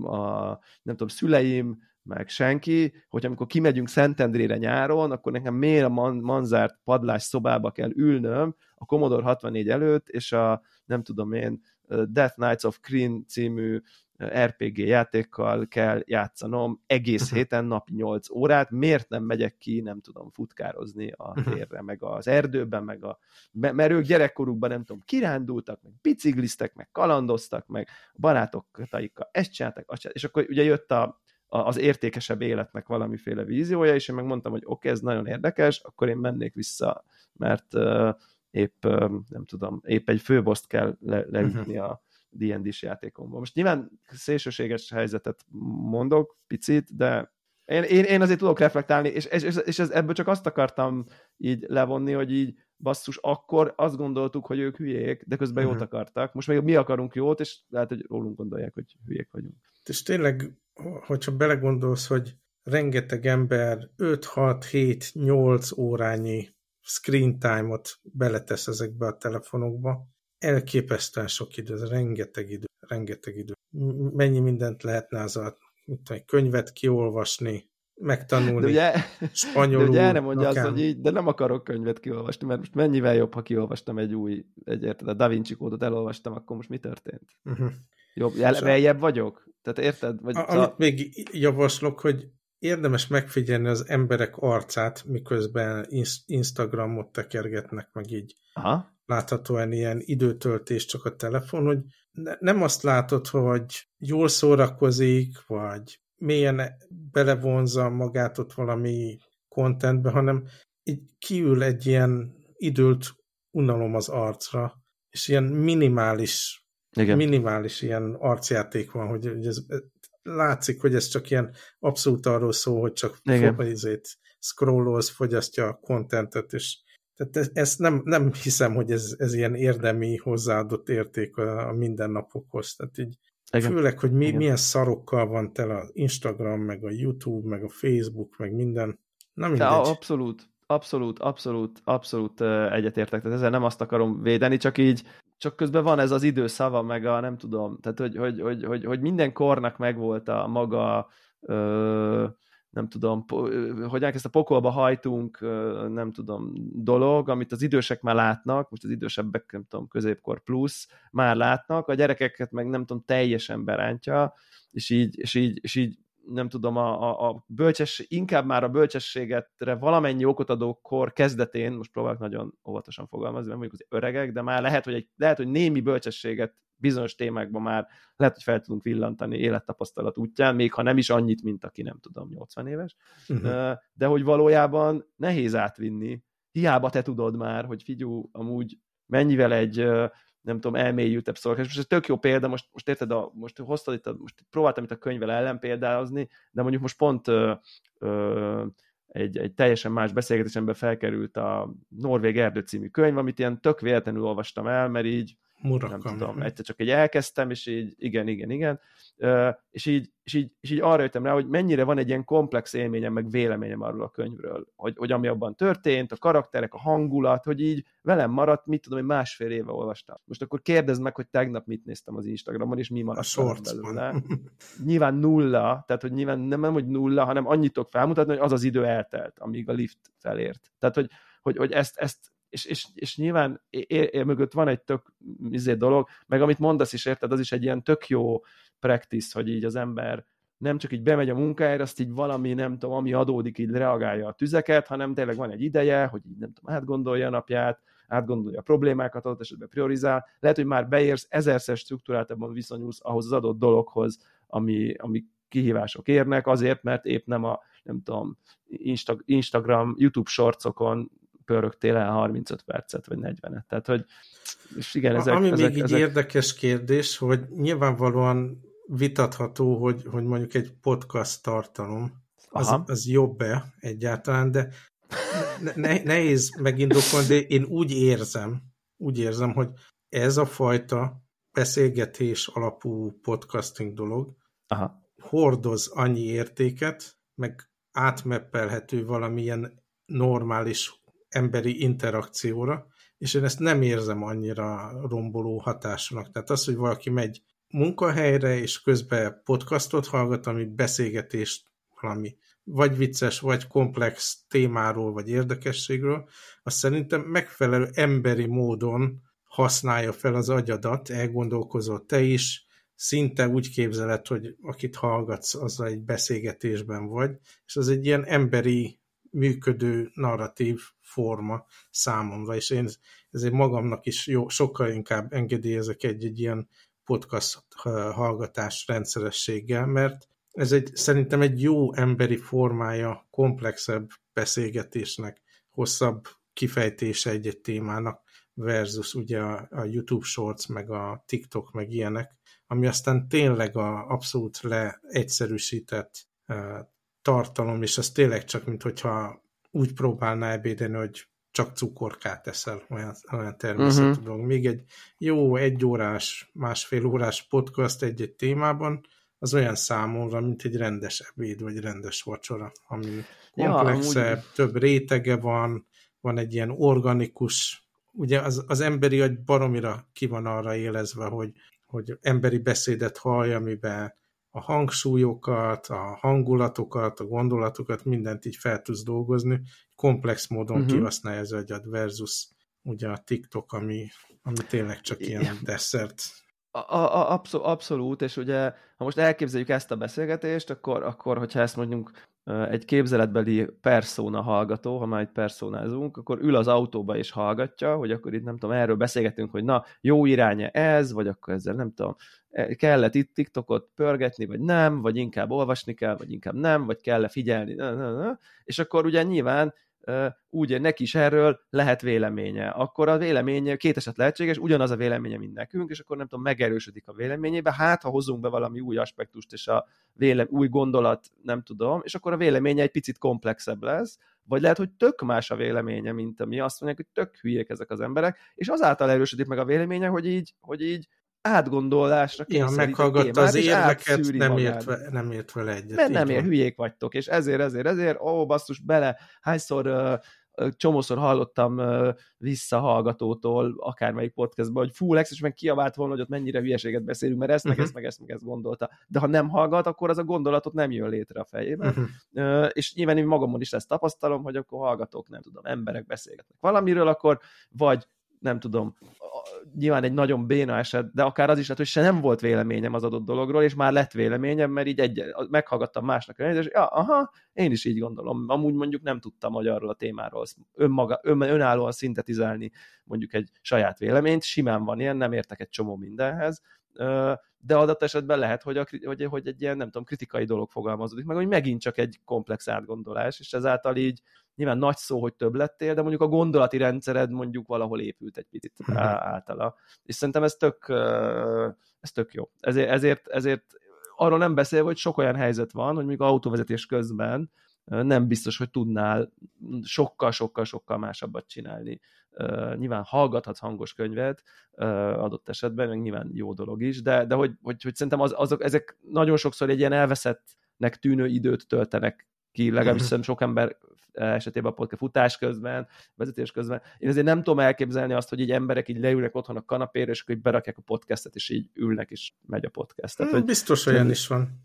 nem tudom, szüleim, meg senki, hogy amikor kimegyünk Szentendrére nyáron, akkor nekem miért a manzárt padlás szobába kell ülnöm a Commodore 64 előtt, és a nem tudom én Death Knights of Kryn című RPG játékkal kell játszanom egész héten, napi 8 órát, miért nem megyek ki, nem tudom, futkározni a térre, meg az erdőben, mert ők gyerekkorukban, nem tudom, kirándultak, meg bicikliztek, meg kalandoztak, meg barátaikkal ezt csináltak, és akkor ugye jött az értékesebb életnek valamiféle víziója, és én megmondtam, hogy oké, ez nagyon érdekes, akkor én mennék vissza, mert épp, nem tudom, épp egy főboszt kell leütni a D&D-s játékomban. Most nyilván szélsőséges helyzetet mondok, picit, de én azért tudok reflektálni, és ebből csak azt akartam így levonni, hogy így basszus, akkor azt gondoltuk, hogy ők hülyék, de közben jót akartak. Most még mi akarunk jót, és lehet, hogy rólunk gondolják, hogy hülyék vagyunk. És tényleg, hogyha belegondolsz, hogy rengeteg ember 5, 6, 7, 8 órányi screen time-ot beletesz ezekbe a telefonokba, elképesztően sok idő, ez rengeteg idő. Mennyi mindent lehetne egy könyvet kiolvasni, megtanulni spanyolul. De ugye erre mondja azt, hogy így, de nem akarok könyvet kiolvasni, mert most mennyivel jobb, ha kiolvastam érted, a Da Vinci kódot elolvastam, akkor most mi történt? Jobb, beljebb vagyok? Tehát érted? Amit még javaslok, hogy érdemes megfigyelni az emberek arcát, miközben Instagramot tekergetnek, meg így. Aha. Láthatóan ilyen időtöltés csak a telefon, hogy nem azt látod, hogy jól szórakozik, vagy mélyen belevonza magát ott valami contentbe, hanem így kiül egy ilyen időlt unalom az arcra, és ilyen minimális ilyen arcjáték van, hogy ez látszik, hogy ez csak ilyen abszolút arról szól, hogy csak scrollolsz, fogyasztja a contentet, és tehát ezt nem hiszem, hogy ez ilyen érdemi hozzáadott érték a mindennapokhoz. Tehát így főleg, hogy milyen szarokkal van tele az Instagram, meg a YouTube, meg a Facebook, meg minden. Na mindegy. Abszolút egyetértek. Tehát ezzel nem azt akarom védeni, csak közben van ez az időszava, meg a nem tudom, tehát hogy minden kornak megvolt a maga nem tudom, hogy ezt a pokolba hajtunk, nem tudom, dolog, amit az idősek már látnak, most az idősebbek, nem tudom, középkor plusz, már látnak, a gyerekeket meg nem tudom, teljesen berántja, és így nem tudom, inkább már a bölcsességetre valamennyi okot adó kor kezdetén, most próbálok nagyon óvatosan fogalmazni, mert mondjuk az öregek, de már lehet, hogy némi bölcsességet bizonyos témákban már lehet, hogy fel tudunk villantani élettapasztalat útján, még ha nem is annyit, mint aki nem tudom, 80 éves, de hogy valójában nehéz átvinni. Hiába te tudod már, hogy figyú, amúgy mennyivel egy nem tudom, elmélyültebb szolgálás. Most ez tök jó példa, most érted, most próbáltam itt a könyvvel ellenpéldázni, de mondjuk most pont egy teljesen más beszélgetésemben felkerült a Norvég erdő című könyv, amit ilyen tök véletlenül olvastam el, mert így nem tudom, egyszer csak elkezdtem, és így igen, és így arra jöttem rá, hogy mennyire van egy ilyen komplex élményem, meg véleményem arról a könyvről, hogy ami abban történt, a karakterek, a hangulat, hogy így velem maradt, mit tudom, hogy 1,5 éve olvastam. Most akkor kérdezd meg, hogy tegnap mit néztem az Instagramon, és mi maradt belőle. Nyilván 0, tehát hogy nyilván nem hogy 0, hanem annyit tudok felmutatni, hogy az az idő eltelt, amíg a lift felért. Tehát, hogy ezt és nyilván mögött van egy tök dolog, meg amit mondasz is, érted, az is egy ilyen tök jó practice, hogy így az ember nem csak így bemegy a munkájára, azt így valami, nem tudom, ami adódik, így reagálja a tüzeket, hanem tényleg van egy ideje, hogy így nem tudom, átgondolja a napját, átgondolja a problémákat, adott esetben priorizál, lehet, hogy már beérsz, ezerszer struktúráltabban viszonyulsz ahhoz az adott dologhoz, ami kihívások érnek, azért, mert épp nem tudom, Instagram, YouTube shortsokon pörögtél el 35 percet, vagy 40-et. Tehát, hogy és igen, ezek érdekes kérdés, hogy nyilvánvalóan vitatható, hogy mondjuk egy podcast tartalom, az jobb-e egyáltalán, de nehéz megindokolni, de én úgy érzem, hogy ez a fajta beszélgetés alapú podcasting dolog hordoz annyi értéket, meg átmeppelhető valamilyen normális emberi interakcióra, és én ezt nem érzem annyira romboló hatásnak. Tehát az, hogy valaki megy munkahelyre, és közben podcastot hallgat, ami beszélgetést valami vagy vicces, vagy komplex témáról, vagy érdekességről, azt szerintem megfelelő emberi módon használja fel az agyadat, elgondolkozol te is, szinte úgy képzeled, hogy akit hallgatsz, azzal egy beszélgetésben vagy, és az egy ilyen emberi működő narratív forma számomra, és én ezért magamnak is sokkal inkább engedélyezek egy ilyen podcast hallgatás rendszerességgel, mert ez szerintem egy jó emberi formája komplexebb beszélgetésnek, hosszabb kifejtése egy témának versus ugye a YouTube Shorts, meg a TikTok, meg ilyenek, ami aztán tényleg abszolút leegyszerűsített tartalom, és az tényleg csak, minthogyha úgy próbálná ebédelni, hogy csak cukorkát eszel, olyan természetű dolog. Még egy jó 1 órás, másfél órás podcast egy témában, az olyan számomra, mint egy rendes ebéd, vagy rendes vacsora, ami komplexebb, több rétege van egy ilyen organikus, ugye az emberi agy baromira ki van arra élezve, hogy emberi beszédet hallja, amiben a hangsúlyokat, a hangulatokat, a gondolatokat, mindent így fel tudsz dolgozni, komplex módon kihasználja az agyad versus ugye a TikTok, ami tényleg csak ilyen desszert. Abszolút, és ugye, ha most elképzeljük ezt a beszélgetést, akkor hogyha ezt mondjuk egy képzeletbeli persona hallgató, ha már egy personázunk, akkor ül az autóba és hallgatja, hogy akkor itt nem tudom, erről beszélgetünk, hogy na, jó iránya ez, vagy akkor ezzel nem tudom, kell-e itt TikTokot pörgetni, vagy nem, vagy inkább olvasni kell, vagy inkább nem, vagy kell-e figyelni, és akkor ugye nyilván úgy neki is erről lehet véleménye. Akkor a véleménye 2 eset lehetséges, ugyanaz a véleménye, mint nekünk, és akkor nem tudom, megerősödik a véleményébe, ha hozunk be valami új aspektust, és új gondolat, nem tudom, és akkor a véleménye egy picit komplexebb lesz, vagy lehet, hogy tök más a véleménye, mint mi azt mondják, hogy tök hülyék ezek az emberek, és azáltal erősödik meg a véleménye, hogy így átgondolásra kényszerít. Meghallgatta az érveket, nem ért vele egyet. Mert nem hülyék vagytok, és ezért, basszus, hányszor csomószor hallottam visszahallgatótól akármelyik podcastban, hogy fú, Lex is meg kiabált volna, hogy ott mennyire hülyeséget beszélünk, mert ezt, meg ezt gondolta. De ha nem hallgat, akkor az a gondolatot nem jön létre a fejében. És nyilván én magamon is ezt tapasztalom, hogy akkor hallgatók, nem tudom, emberek beszélgetnek valamiről, akkor vagy nem tudom, nyilván egy nagyon béna eset, de akár az is lehet, hogy se nem volt véleményem az adott dologról, és már lett véleményem, mert így meghallgattam másnak, és én is így gondolom. Amúgy mondjuk nem tudtam arról a témáról önállóan szintetizálni mondjuk egy saját véleményt, simán van ilyen, nem értek egy csomó mindenhez, de adott esetben lehet, hogy egy ilyen, nem tudom, kritikai dolog fogalmazódik meg, hogy megint csak egy komplex átgondolás, és ezáltal így nyilván nagy szó, hogy több lettél, de mondjuk a gondolati rendszered mondjuk valahol épült egy picit általa. És szerintem ez tök jó. Ezért arról nem beszélve, hogy sok olyan helyzet van, hogy mondjuk autóvezetés közben nem biztos, hogy tudnál sokkal sokkal csinálni. Nyilván hallgathatsz hangos könyvet adott esetben, meg nyilván jó dolog is, de hogy szerintem ezek nagyon sokszor egy ilyen elveszettnek tűnő időt töltenek ki, legalábbis szerintem sok ember esetében a podcast futás közben, vezetés közben. Én azért nem tudom elképzelni azt, hogy így emberek így leülnek otthon a kanapéra, és akkor így berakják a podcastet, és így ülnek, és megy a podcast. Tehát, hogy biztos olyan is van.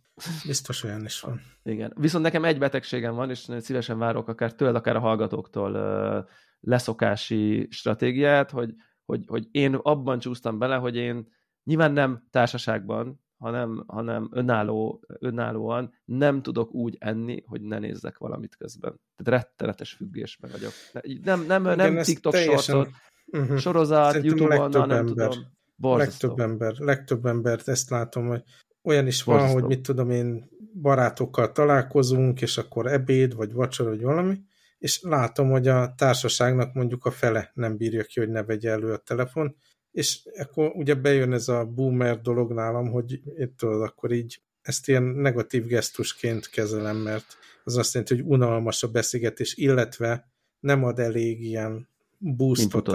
Igen. Viszont nekem egy betegségem van, és szívesen várok akár tőled, akár a hallgatóktól leszokási stratégiát, hogy én abban csúsztam bele, hogy én nyilván nem társaságban, hanem önállóan nem tudok úgy enni, hogy ne nézzek valamit közben. Tehát rettenetes függésben vagyok. Nem TikTok shortot, sorozat, Szerintem YouTube-on, nem tudom. Borzasztó. Legtöbb embert ezt látom, hogy olyan is van, hogy mit tudom én, barátokkal találkozunk, és akkor ebéd, vagy vacsora, vagy valami, és látom, hogy a társaságnak mondjuk a fele nem bírja ki, hogy ne vegye elő a telefon, és akkor ugye bejön ez a boomer dolog nálam, hogy tudod, akkor így ezt ilyen negatív gesztusként kezelem, mert az azt jelenti, hogy unalmas a beszélgetés, illetve nem ad elég ilyen boostot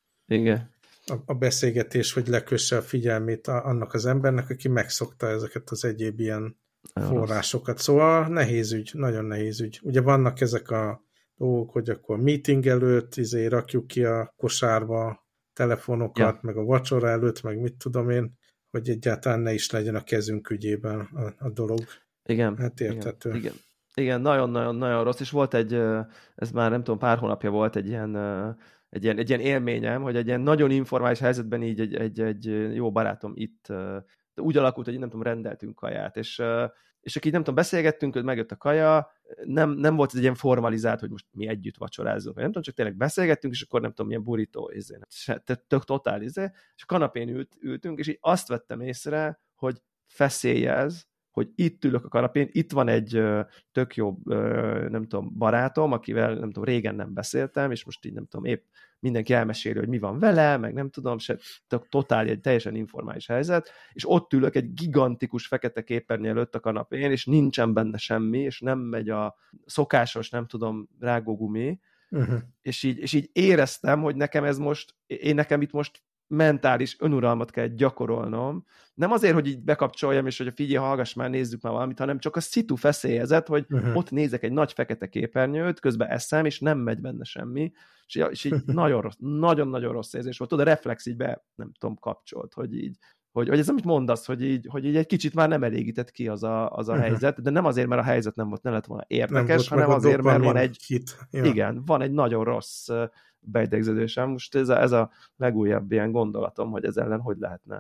a beszélgetés, hogy lekösse a figyelmét annak az embernek, aki megszokta ezeket az egyéb ilyen forrásokat. Szóval nehéz ügy, nagyon nehéz ügy. Ugye vannak ezek a dolgok, hogy akkor meeting előtt rakjuk ki a kosárba telefonokat, meg a vacsora előtt, meg mit tudom én, hogy egyáltalán ne is legyen a kezünk ügyében a dolog. Igen. Hát érthető. Igen, nagyon-nagyon rossz, és volt ez már nem tudom, pár hónapja volt egy ilyen élményem, hogy egy ilyen nagyon informális helyzetben így egy jó barátom itt úgy alakult, hogy nem tudom, rendeltünk kaját, és akkor így nem tudom, beszélgettünk, hogy megjött a kaja, nem volt ez egy ilyen formalizált, hogy most mi együtt vacsorázunk, nem tudom, csak tényleg beszélgettünk, és akkor nem tudom, milyen burrito, tök totál, és a kanapén ültünk, és így azt vettem észre, hogy feszélyez, hogy itt ülök a kanapén, itt van egy tök jó, nem tudom, barátom, akivel nem tudom, régen nem beszéltem, és most így nem tudom, épp mindenki elmeséli, hogy mi van vele, meg nem tudom, totál egy teljesen informális helyzet, és ott ülök egy gigantikus fekete képernyő előtt a kanapén, és nincsen benne semmi, és nem megy a szokásos, nem tudom, rágógumi, és így éreztem, hogy nekem itt most mentális önuralmat kell gyakorolnom. Nem azért, hogy így bekapcsoljam, és hogy figyelj, hallgass már, nézzük már valamit, hanem csak a szitu feszélyezet, hogy ott nézek egy nagy fekete képernyőt, közben eszem, és nem megy benne semmi, és így nagyon-nagyon rossz érzés volt. Tudod, a reflex így nem tudom, kapcsolt, hogy ez, amit mondasz, hogy így egy kicsit már nem elégített ki az a helyzet, de nem azért, mert a helyzet nem lett volna érdekes, hanem azért, mert van van egy nagyon rossz beidegződésem. Most ez a legújabb ilyen gondolatom, hogy ez ellen hogy lehetne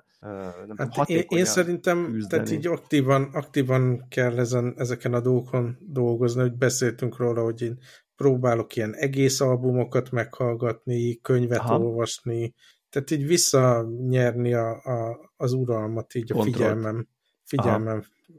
én szerintem küzdeni. Tehát így aktívan kell ezeken a dolgokon dolgozni, hogy beszéltünk róla, hogy én próbálok ilyen egész albumokat meghallgatni, könyvet olvasni, tehát így visszanyerni az uralmat így a figyelmem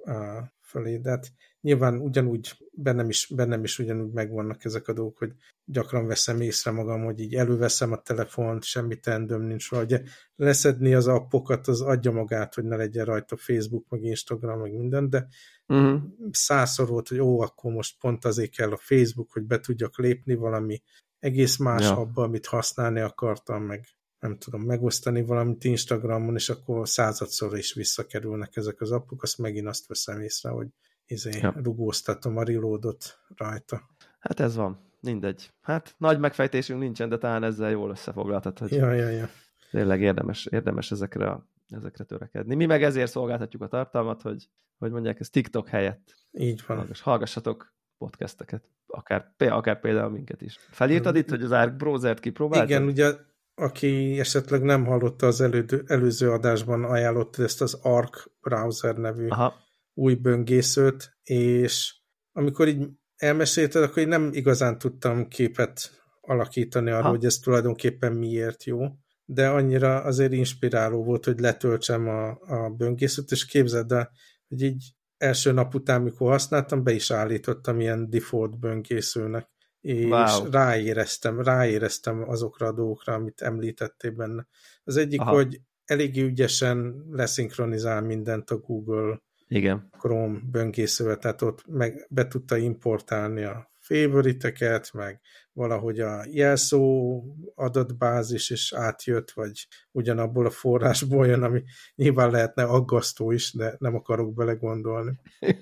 fölé, de hát nyilván ugyanúgy bennem is ugyanúgy megvannak ezek a dolgok, hogy gyakran veszem észre magam, hogy így előveszem a telefont, semmi teendőm nincs rá, ugye leszedni az appokat, az adja magát, hogy ne legyen rajta Facebook, meg Instagram, meg minden, de százszor volt, hogy akkor most pont azért kell a Facebook, hogy be tudjak lépni valami egész más abba, amit használni akartam, meg nem tudom, megosztani valamit Instagramon, és akkor századszor is visszakerülnek ezek az appok, azt megint azt veszem észre, hogy rugóztatom a reloadot rajta. Hát ez van, mindegy. Hát nagy megfejtésünk nincsen, de talán ezzel jól összefoglaltad, hogy tényleg érdemes ezekre törekedni. Mi meg ezért szolgáltatjuk a tartalmat, hogy mondják, ez TikTok helyett. Így van. Hallgassatok podcasteket, akár például minket is. Felírtad itt, hogy az Arc browsert kipróbáltad? Igen, ugye aki esetleg nem hallotta az előző adásban, ajánlott ezt az Arc browser nevű új böngészőt, és amikor így elmesélted, akkor én nem igazán tudtam képet alakítani arra, hogy ez tulajdonképpen miért jó, de annyira azért inspiráló volt, hogy letöltsem a böngészőt, és képzeld el, hogy így első nap után, mikor használtam, be is állítottam ilyen default böngészőnek, és ráéreztem azokra a dolgokra, amit említettél benne. Az egyik, hogy eléggé ügyesen leszinkronizál mindent a Google Chrome böngészővel, tehát ott meg be tudta importálni a favoriteket, meg valahogy a jelszó adatbázis is átjött, vagy ugyanabból a forrásból jön, ami nyilván lehetne aggasztó is, de nem akarok belegondolni.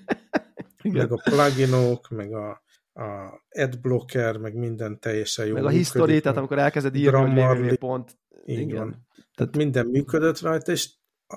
Meg a pluginok, meg a adblocker, meg minden teljesen jó. Meg a history, tehát amikor elkezded írni, hogy pont. Igen. Tehát minden működött rajta, és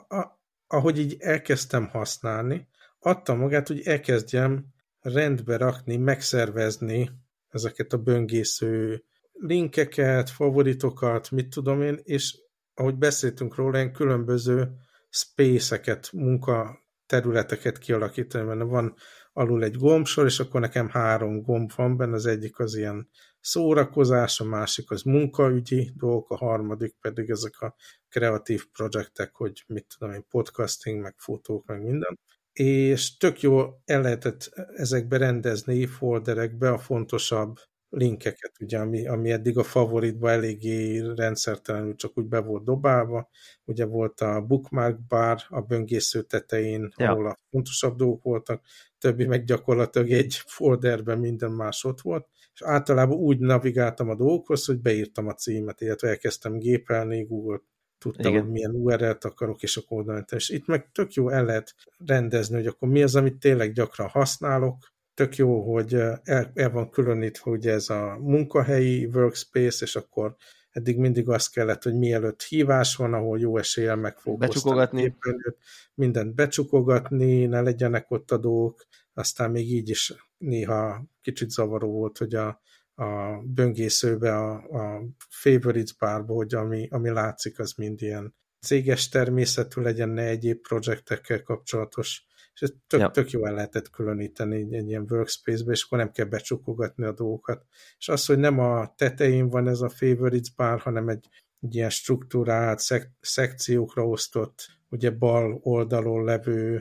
ahogy így elkezdtem használni, adta magát, hogy elkezdjem rendbe rakni, megszervezni ezeket a böngésző linkeket, favoritokat, mit tudom én, és ahogy beszéltünk róla, ilyen különböző space-eket, munkaterületeket kialakítani, mert van alul egy gombsor, és akkor nekem 3 gomb van benne, az egyik az ilyen szórakozás, a másik az munkaügyi dolgok, a harmadik pedig ezek a kreatív projektek, hogy mit tudom én, podcasting, meg fotók, meg minden. És tök jó el lehetett ezekbe rendezni folderekbe a fontosabb linkeket, ugye, ami eddig a favoritba eléggé rendszertelenül csak úgy be volt dobálva. Ugye volt a bookmark bar a böngésző tetején, ahol a fontosabb dolgok voltak, többi meg gyakorlatilag egy folderben minden más ott volt, és általában úgy navigáltam a dolgokhoz, hogy beírtam a címet, illetve elkezdtem gépelni, Google tudtam, hogy milyen URL-t akarok, és akkor oda mentem. És itt meg tök jó el lehet rendezni, hogy akkor mi az, amit tényleg gyakran használok. Tök jó, hogy el van különítve ugye ez a munkahelyi workspace, és akkor eddig mindig az kellett, hogy mielőtt hívás van, ahol jó eséllyel meg fogok becsukogatni. Mindent becsukogatni, ne legyenek ott a dolgok. Aztán még így is néha kicsit zavaró volt, hogy a böngészőbe, a favorites bárba, hogy ami látszik, az mind ilyen céges természetű legyen, ne egyéb projektekkel kapcsolatos. És ez tök jó el lehetett különíteni egy ilyen workspace-be, és akkor nem kell becsukogatni a dolgokat. És az, hogy nem a tetején van ez a favorites bar, hanem egy ilyen struktúrált, szekciókra osztott, ugye bal oldalon levő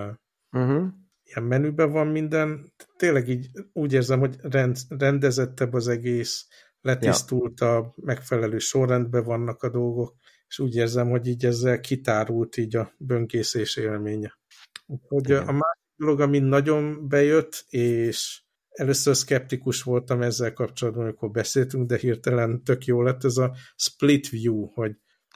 ilyen menüben van minden. Tényleg így úgy érzem, hogy rendezettebb az egész, letisztultabb, megfelelő sorrendben vannak a dolgok, és úgy érzem, hogy így ezzel kitárult így a böngészés élménye. Úgyhogy a másik dolog, ami nagyon bejött, és először szkeptikus voltam ezzel kapcsolatban, amikor beszéltünk, de hirtelen tök jó lett, ez a split view, hogy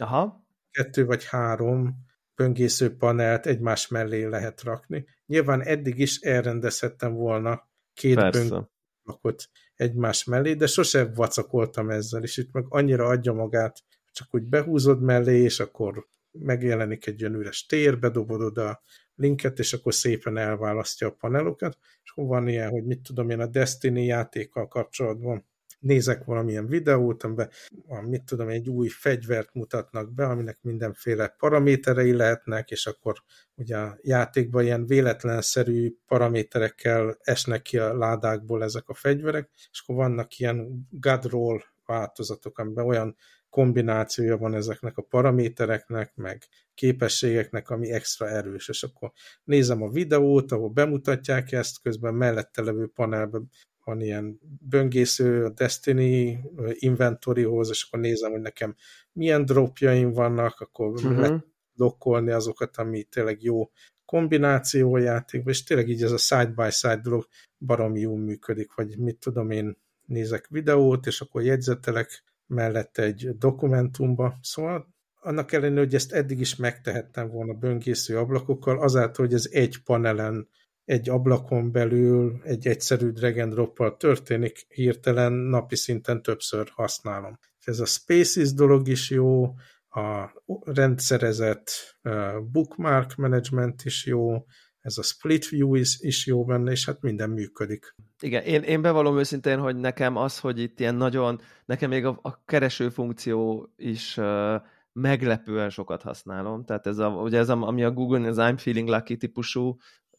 2 vagy 3 böngésző panelt egymás mellé lehet rakni. Nyilván eddig is elrendezhettem volna 2 böngészőlakot egymás mellé, de sose vacakoltam ezzel, és itt meg annyira adja magát, csak úgy behúzod mellé, és akkor megjelenik egy olyan üres tér, bedobod oda a linket, és akkor szépen elválasztja a panelokat, és akkor van ilyen, hogy mit tudom én, a Destiny játékkal kapcsolatban nézek valamilyen videót, amiben mit tudom, egy új fegyvert mutatnak be, aminek mindenféle paraméterei lehetnek, és akkor ugye a játékban ilyen véletlenszerű paraméterekkel esnek ki a ládákból ezek a fegyverek, és akkor vannak ilyen God roll változatok, amiben olyan kombinációja van ezeknek a paramétereknek, meg képességeknek, ami extra erős, és akkor nézem a videót, ahol bemutatják ezt, közben mellette levő panelben van ilyen böngésző a Destiny inventoryhoz, és akkor nézem, hogy nekem milyen dropjaim vannak, akkor lekkolni azokat, ami tényleg jó kombináció a játékban, és tényleg így ez a side-by-side dolog baromi jól működik, vagy mit tudom én, nézek videót, és akkor jegyzetelek mellette egy dokumentumba, szóval annak ellenére, hogy ezt eddig is megtehettem volna böngésző ablakokkal, azáltal, hogy ez egy panelen, egy ablakon belül egy egyszerű drag and drop-pal történik, hirtelen napi szinten többször használom. Ez a Spaces dolog is jó, a rendszerezett bookmark management is jó, ez a split view is jó benne, és hát minden működik. Igen, én bevallom őszintén, hogy nekem az, hogy itt ilyen nagyon, nekem még a kereső funkció is meglepően sokat használom, tehát ami a Google, az I'm feeling lucky típusú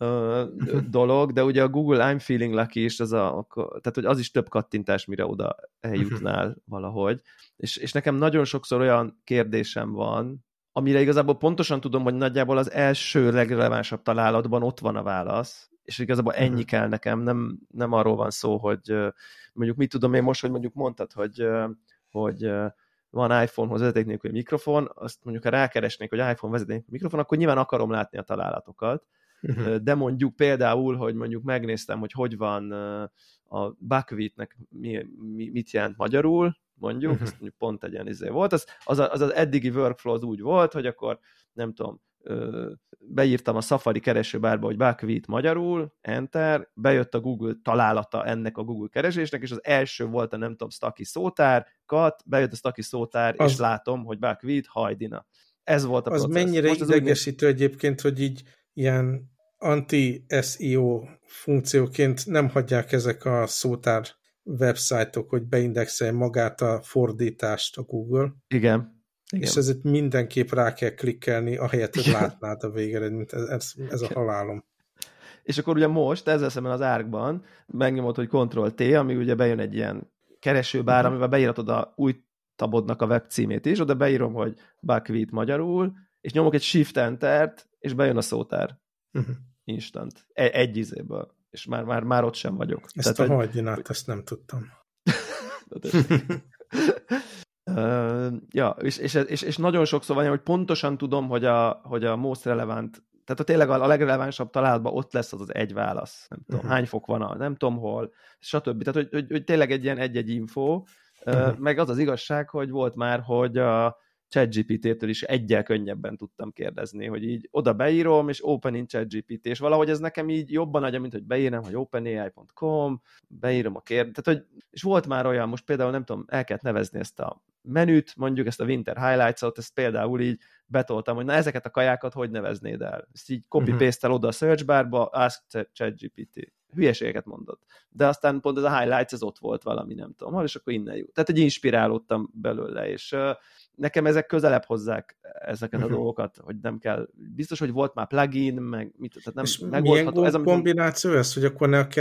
dolog, de ugye a Google I'm feeling lucky is, tehát hogy az is több kattintás, mire oda eljutnál valahogy, és nekem nagyon sokszor olyan kérdésem van, amire igazából pontosan tudom, hogy nagyjából az első legrelevánsabb találatban ott van a válasz, és igazából ennyi kell nekem, nem arról van szó, hogy mondjuk mit tudom én most, hogy mondjuk mondtad, hogy van iPhone-hoz vezeték nélküli mikrofon, azt mondjuk ha rákeresnék, hogy iPhone vezeték nélküli mikrofon, akkor nyilván akarom látni a találatokat, de mondjuk például, hogy mondjuk megnéztem, hogy van a buckwheatnek mit jelent magyarul, mondjuk, ezt mondjuk pont egy ilyen volt, az eddigi workflow az úgy volt, hogy akkor nem tudom, beírtam a Safari keresőbárba, hogy buckwheat magyarul, enter, bejött a Google találata ennek a Google keresésnek, és az első volt a nem tudom, Staki szótár, bejött a Staki szótár, és látom, hogy buckwheat, hajdina. Ez volt a processz. Az mennyire idegesítő egyébként, hogy így ilyen anti-SEO funkcióként nem hagyják ezek a szótár websájtok, hogy beindexelje magát a fordítást a Google. Igen. És ezért mindenképp rá kell klikkelni, ahelyett, hogy látnád a végeredményt. Ez a halálom. És akkor ugye most ezzel szemben az ARC-ban megnyomod, hogy Ctrl-T, ami ugye bejön egy ilyen keresőbár, amivel beíratod a új tabodnak a webcímét is, oda beírom, hogy Buckwheat magyarul, és nyomok egy Shift-Entert, és bejön a szótár. Instant. Egy izéből. És már ott sem vagyok. Ezt tehát, a hagyjinát, ezt nem tudtam. Ja, és nagyon sokszor van, hogy pontosan tudom, hogy a most relevant, tehát tényleg a legrelevánsabb találatban ott lesz az egy válasz. Nem tudom, hány fok van, nem tudom hol, stb. Tehát, hogy tényleg egy ilyen egy-egy info, meg az igazság, hogy volt már, hogy a ChatGPT-től is egyel könnyebben tudtam kérdezni, hogy így oda beírom, és open in ChatGPT, és valahogy ez nekem így jobban adja, mint hogy beírem, hogy openai.com, beírom a kérdést. Tehát, hogy, és volt már olyan, most például nem tudom, el kellett nevezni ezt a menüt, mondjuk ezt a Winter Highlights-ot, ezt például így betoltam, hogy na ezeket a kajákat hogy neveznéd el? Ezt így copy-paste-tel oda a search barba, ask ChatGPT. Hülyeségeket mondott. De aztán pont ez a highlights, ez ott volt valami, nem tudom hol, és akkor innen jut. Tehát egy inspirálódtam belőle, és nekem ezek közelebb hozzák ezeket a dolgokat, hogy nem kell. Biztos, hogy volt már plugin, meg mit, tehát nem és megoldható. milyen kombináció ez, hogy akkor ne a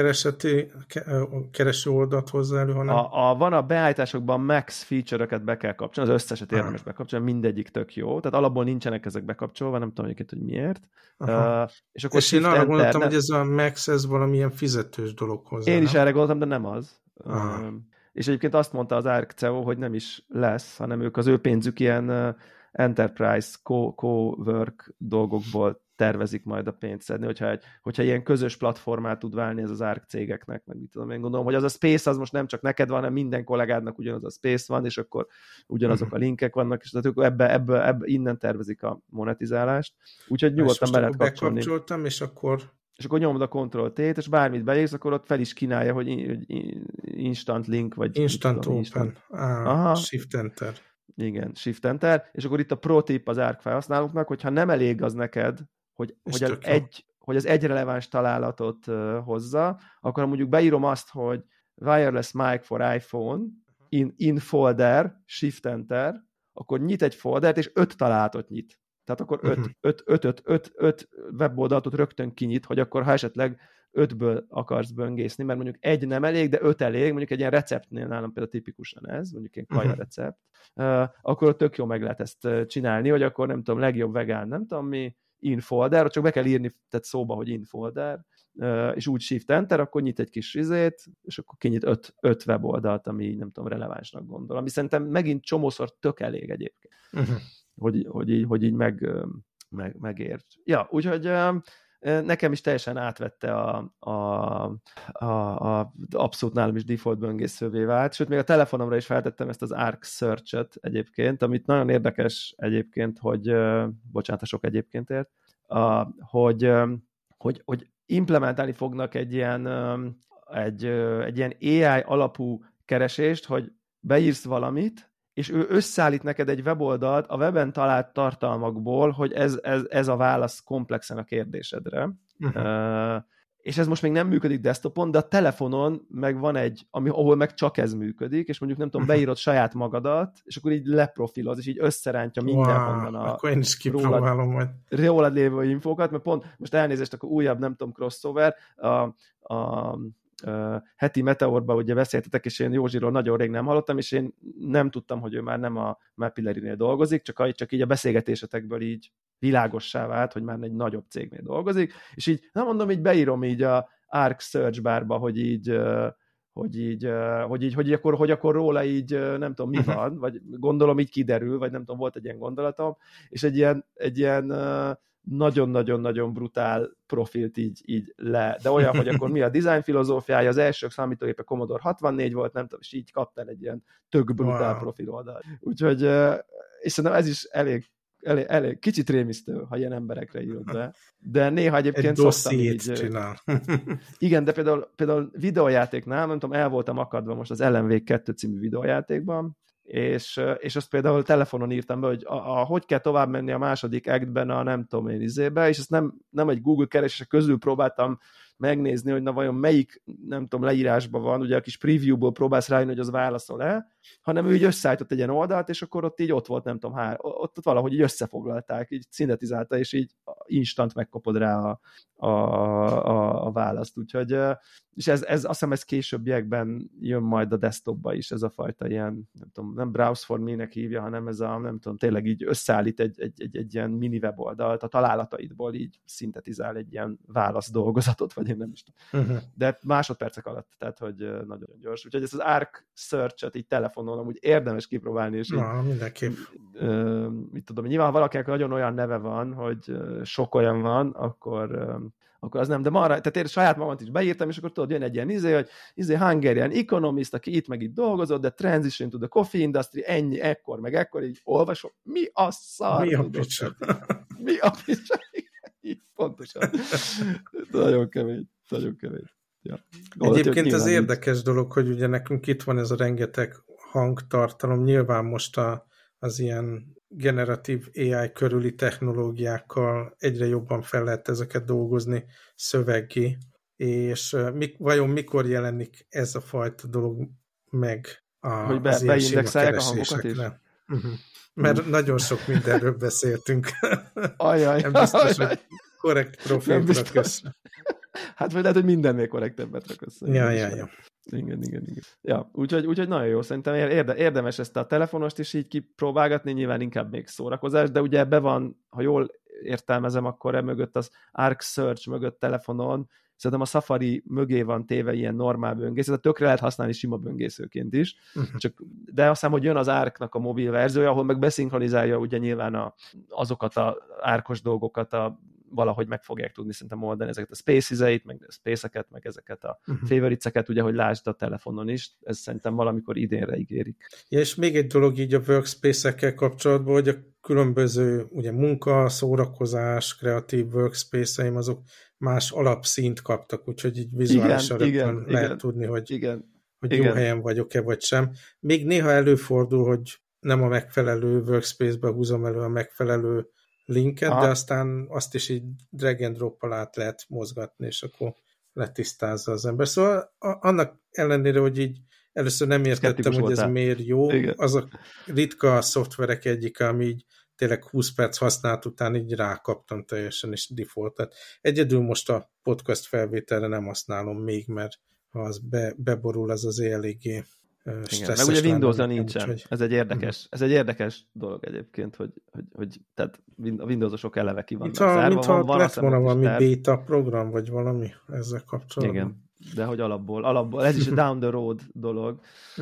kereső oldalt hozzá elő, hanem... Van a beállításokban max feature-öket be kell kapcsolni, az összeset érdemes bekapcsolni, mindegyik tök jó. Tehát alapból nincsenek ezek bekapcsolva, nem tudom egyébként, hogy miért. És akkor én arra gondoltam, hogy ez a max, ez valamilyen fizetős dolog hozzá. Én is erre gondoltam, de nem az. És egyébként azt mondta az ARC CEO, hogy nem is lesz, hanem ők az ő pénzük ilyen enterprise, co-work dolgokból tervezik majd a pénzt szedni, hogyha ilyen közös platformát tud válni ez az ARC cégeknek, meg mit tudom, én gondolom, hogy az a space az most nem csak neked van, hanem minden kollégádnak ugyanaz a space van, és akkor ugyanazok a linkek vannak, és tehát ők ebbe innen tervezik a monetizálást. Úgyhogy nyugodtan be lehet kapcsolni. Bekapcsoltam, és akkor nyomod a Ctrl-T-t, és bármit beírsz, akkor ott fel is kínálja, hogy instant link, vagy... Instant open. Shift-Enter. Igen, Shift-Enter, és akkor itt a pro tip az ARC felhasználóknak, hogyha nem elég az neked, hogy az egy releváns találatot hozza, akkor mondjuk beírom azt, hogy wireless mic for iPhone in folder, Shift-Enter, akkor nyit egy foldert, és 5 találatot nyit. Tehát akkor 5 weboldalatot rögtön kinyit, hogy akkor ha esetleg 5-ből akarsz böngészni, mert mondjuk 1 nem elég, de 5 elég, mondjuk egy ilyen receptnél nálam például tipikusan ez, mondjuk ilyen kaja recept, akkor ott tök jó meg lehet ezt csinálni, hogy akkor nem tudom, legjobb vegán, nem tudom mi, in folder, csak be kell írni, tehát szóba, hogy in folder, és úgy Shift-Enter, akkor nyit egy kis rizét, és akkor kinyit 5 weboldalt, ami nem tudom, relevánsnak gondol. Ami szerintem megint csomószor tök elég egyébként. Hogy így megért. Ja, úgyhogy nekem is teljesen átvette abszolút nálam is default böngészővé vált, sőt, még a telefonomra is feltettem ezt az ARC Search-et egyébként, amit nagyon érdekes egyébként, hogy bocsánat a sok egyébkéntért, hogy implementálni fognak egy ilyen AI alapú keresést, hogy beírsz valamit, és ő összeállít neked egy weboldalt a weben talált tartalmakból, hogy ez a válasz komplexen a kérdésedre. És ez most még nem működik desktopon, de a telefonon meg van egy, ahol meg csak ez működik, és mondjuk nem tudom, beírod saját magadat, és akkor így leprofiloz, és így összerántja mindenhonnan akkor én is kipróbálom majd. Rólad lévő infókat, mert pont most elnézést, akkor újabb, nem tudom, crossover, heti Meteorban ugye beszéltetek, és én Józsiról nagyon rég nem hallottam, és én nem tudtam, hogy ő már nem a Mapillary-nél dolgozik, csak így a beszélgetésetekből így világossá vált, hogy már egy nagyobb cégnél dolgozik, és így, nem mondom, így beírom így a ARC search barba, hogy akkor róla így nem tudom, mi van, vagy gondolom így kiderül, vagy nem tudom, volt egy ilyen gondolatom, és egy ilyen nagyon-nagyon-nagyon brutál profilt így le, de olyan, hogy akkor mi a design filozófiája, az első számítógépe Commodore 64 volt, nem tudom, és így kaptál egy ilyen tök brutál profil oldalt. Úgyhogy, és szerintem ez is elég kicsit rémisztő, ha ilyen emberekre írod be, de néha egyébként szoktam így... csinál. Igen, de például videójátéknál, nem tudom, el voltam akadva most az LMV 2 című videójátékban, és azt például telefonon írtam be, hogy hogy kell tovább menni a második actben a nem tudom én izébe, és ezt nem egy Google keresések közül próbáltam megnézni, hogy na vajon melyik, nem tudom, leírásban van, ugye a kis previewból próbálsz rájönni, hogy az válaszol-e, hanem ő így összeállított egy ilyen oldalt, és akkor ott így ott volt, nem tudom, ott valahogy így összefoglalták, így szintetizálta, és így instant megkapod rá a választ. Úgyhogy, és ez azt hiszem, ez későbbiekben jön majd a desktopba is, ez a fajta ilyen, nem tudom, nem browse for me-nek hívja, hanem ez a, nem tudom, tényleg így összeállít egy ilyen mini weboldalt, a találataidból így szintetizál egy ilyen válasz dolgozatot, vagy én nem is tudom. Uh-huh. De másodpercek alatt, tehát, hogy nagyon gyors. Úgyhogy ezt az Arc Search-et így telefonon amúgy érdemes kipróbálni, és mindenképp. Mit tudom, nyilván valakinek nagyon olyan neve van, hogy sok olyan van, akkor az nem, de marra, tehát én saját magamat is beírtam, és akkor tudod, jön egy ilyen hogy Hungarian Economist, aki itt meg itt dolgozott, de Transition to the Coffee Industry, ennyi, ekkor, meg ekkor, így olvasom, mi a szar? Mi a picsa? Mi a picsa? Így pontosan. Nagyon kemény. Ja. Egyébként az érdekes dolog, hogy ugye nekünk itt van ez a rengeteg hangtartalom, nyilván most az ilyen generatív AI körüli technológiákkal egyre jobban fel lehet ezeket dolgozni szöveggé, és vajon mikor jelenik ez a fajta dolog meg hogy beindexelják a hangokat is? Uh-huh. Mert nagyon sok mindenről beszéltünk. Ajaj. Nem biztos, hogy korrekt profilra köszön. Hát vagy lehet, hogy mindennél korrektebbet raksz. Ja. Igen. Ja, úgyhogy nagyon jó. Szerintem érdemes ezt a telefonost is így kipróbálgatni, nyilván inkább még szórakozás, de ugye ebbe van, ha jól értelmezem, akkor mögött az Arc Search mögött telefonon, szerintem a Safari mögé van téve ilyen normál böngésző, tehát tökre lehet használni sima böngészőként is, de azt hiszem, hogy jön az Arc-nak a mobil verziója, ahol meg beszinkronizálja ugye nyilván azokat az árkos dolgokat valahogy meg fogják tudni szerintem oldani ezeket a spaces-eit, meg a space-eket, meg ezeket a favorites-eket, ugye, hogy lásd a telefonon is. Ez szerintem valamikor idénre ígérik. Ja, és még egy dolog így a workspace-ekkel kapcsolatban, hogy a különböző ugye munka, szórakozás, kreatív workspace-eim, azok más alapszínt kaptak, úgyhogy így vizuálisan rögtön lehet tudni, hogy jó helyen vagyok-e, vagy sem. Még néha előfordul, hogy nem a megfelelő workspace-be húzom elő a megfelelő linket, de aztán azt is így drag and drop-al át lehet mozgatni, és akkor letisztázza az ember. Szóval annak ellenére, hogy így először nem értettem, hogy ez miért jó, az a ritka szoftverek egyik, ami így tényleg 20 perc használat után így rákaptam teljesen, és default. Tehát egyedül most a podcast felvételre nem használom még, mert ha az beborul, az azért eléggé meg ugye Windows-ra nincsen. Úgy, ez egy érdekes dolog egyébként, hogy tehát a Windows-osok eleve ki vannak zárva. Mintha lett volna valami beta program, vagy valami ezzel kapcsolatban. Igen, de hogy alapból ez is a down the road dolog.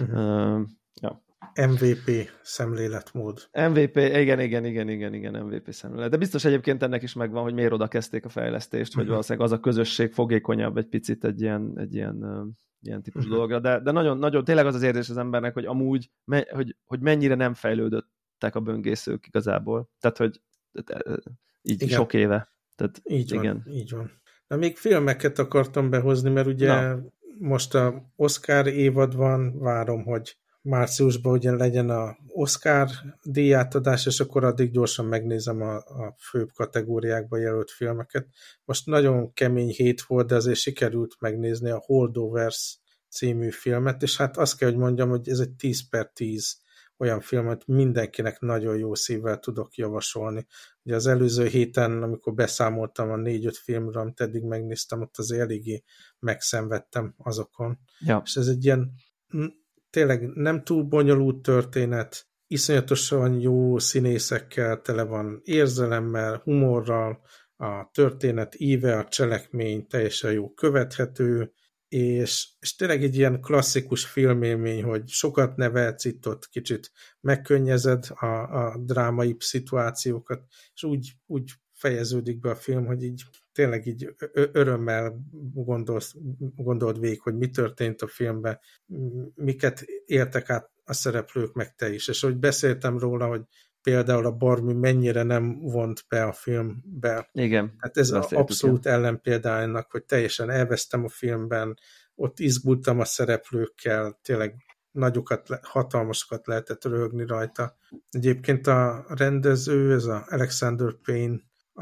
Ja. MVP szemléletmód. MVP, igen, MVP szemlélet. De biztos egyébként ennek is megvan, hogy miért oda kezdték a fejlesztést, hogy valószínűleg az a közösség fogékonyabb egy picit egy ilyen típus dologra, de nagyon, nagyon tényleg az érzés az embernek, hogy amúgy, hogy mennyire nem fejlődöttek a böngészők igazából. Tehát, hogy így igen. Sok éve. Tehát, így van. Na, még filmeket akartam behozni, mert ugye most a Oscar évad van, várom, hogy márciusban ugye legyen a Oscar díjátadás, és akkor addig gyorsan megnézem a főbb kategóriákba jelölt filmeket. Most nagyon kemény hét volt, de azért sikerült megnézni a Holdovers című filmet, és hát azt kell, hogy mondjam, hogy ez egy 10/10 olyan filmet mindenkinek nagyon jó szívvel tudok javasolni. Ugye az előző héten, amikor beszámoltam a 4-5 filmről, amit eddig megnéztem, ott azért eléggé megszenvedtem azokon. Ja. És ez egy ilyen tényleg nem túl bonyolult történet, iszonyatosan jó színészekkel, tele van érzelemmel, humorral, a történet íve, a cselekmény teljesen jó követhető, és tényleg egy ilyen klasszikus filmélmény, hogy sokat nevetsz, itt ott kicsit megkönnyezed a drámai szituációkat, és úgy fejeződik be a film, hogy így tényleg így örömmel gondold végig, hogy mi történt a filmben, miket éltek át a szereplők, meg te is. És hogy beszéltem róla, hogy például a Barbie mennyire nem vont be a filmbe. Igen. Hát ez abszolút ellenpéldának, hogy teljesen elvesztem a filmben, ott izgultam a szereplőkkel, tényleg hatalmasokat lehetett röhögni rajta. Egyébként a rendező, ez a Alexander Payne,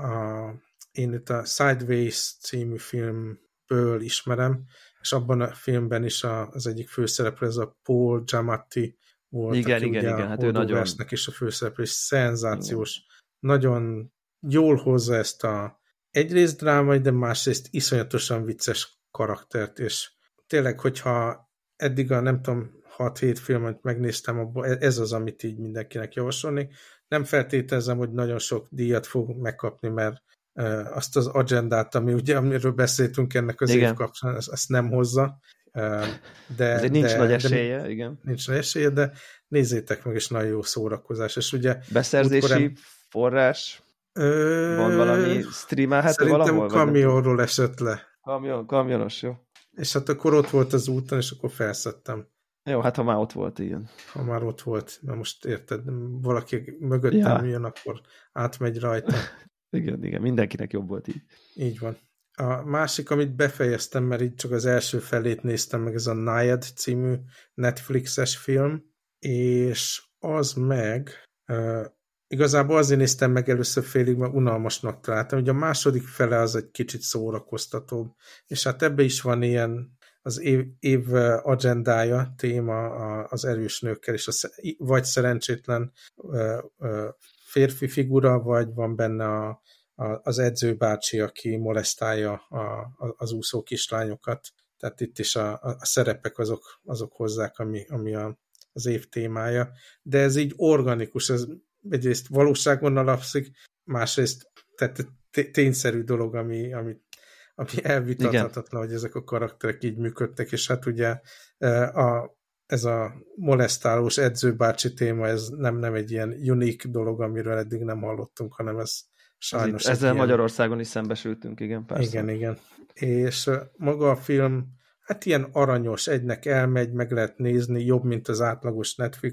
én itt a Sideways című filmből ismerem, és abban a filmben is az egyik főszereplő, ez a Paul Giamatti volt, igen, hát ő nagyon... is a főszereplő, és szenzációs, nagyon jól hozza ezt a egyrészt drámai, de másrészt iszonyatosan vicces karaktert, és tényleg, hogyha eddig a nem tudom 6-7 filmet megnéztem, abból ez az, amit így mindenkinek javasolni. Nem feltételezem, hogy nagyon sok díjat fog megkapni, mert azt az agendát, amiről beszéltünk ennek az év kapcsán, azt nem hozza. Ezért nincs nagy esélye, igen. Nincs nagy esélye, de nézzétek meg, és nagyon jó szórakozás. És ugye beszerzési forrás van valami streamelhető valahol? Szerintem kamionról esett le. Kamionos, jó. És hát akkor ott volt az úton, és akkor felszedtem. Jó, hát ha már ott volt, igen. Ha már ott volt, mert most érted, valaki mögöttem jön, akkor átmegy rajta. Igen, mindenkinek jobb volt így. Így van. A másik, amit befejeztem, mert így csak az első felét néztem meg, ez a Naiad című Netflixes film, és az meg igazából azért néztem meg először félig, mert unalmasnak találtam. Ugye a második fele az egy kicsit szórakoztatóbb, és hát ebbe is van ilyen az év agendája, téma az erős nőkkel, és vagy szerencsétlen férfi figura, vagy van benne az edzőbácsi, aki molesztálja az úszó kislányokat. Tehát itt is a szerepek azok hozzák, ami az év témája. De ez így organikus, ez egyrészt valóságon alapszik, másrészt tehát tényszerű dolog, ami elvitathatatlan, hogy ezek a karakterek így működtek, és hát ugye ez a molesztálós edzőbácsi téma, ez nem egy ilyen unik dolog, amiről eddig nem hallottunk, hanem ez sajnos... Ezzel Magyarországon is szembesültünk, igen, persze. Igen. És maga a film, hát ilyen aranyos, egynek elmegy, meg lehet nézni, jobb, mint az átlagos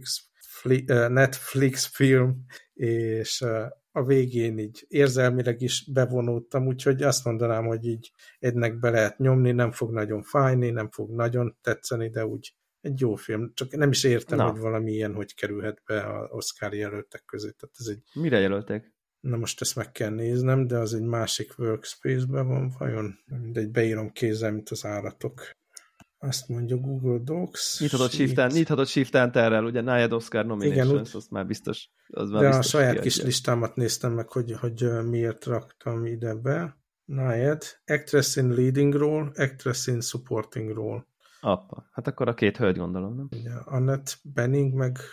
Netflix film, és a végén így érzelmileg is bevonódtam, úgyhogy azt mondanám, hogy így egynek be lehet nyomni, nem fog nagyon fájni, nem fog nagyon tetszeni, de úgy egy jó film. Csak nem is értem, hogy valami ilyen, hogy kerülhet be az Oscar jelöltek közé. Tehát ez egy... Mire jelöltek? Na most ezt meg kell néznem, de az egy másik workspace-ben van vajon. Mindegy, beírom kézzel, mint az állatok. Azt mondja Google Docs. Nyithatod Shift-Enterrel, ugye Naiad Oscar Nominations, azt már biztos. De a saját kis listámat néztem meg, hogy miért raktam ide be. Naiad, Actress in Leading Role, Actress in Supporting Role. Appa, hát akkor a két hölgy gondolom, nem? Ugye Annette Bening,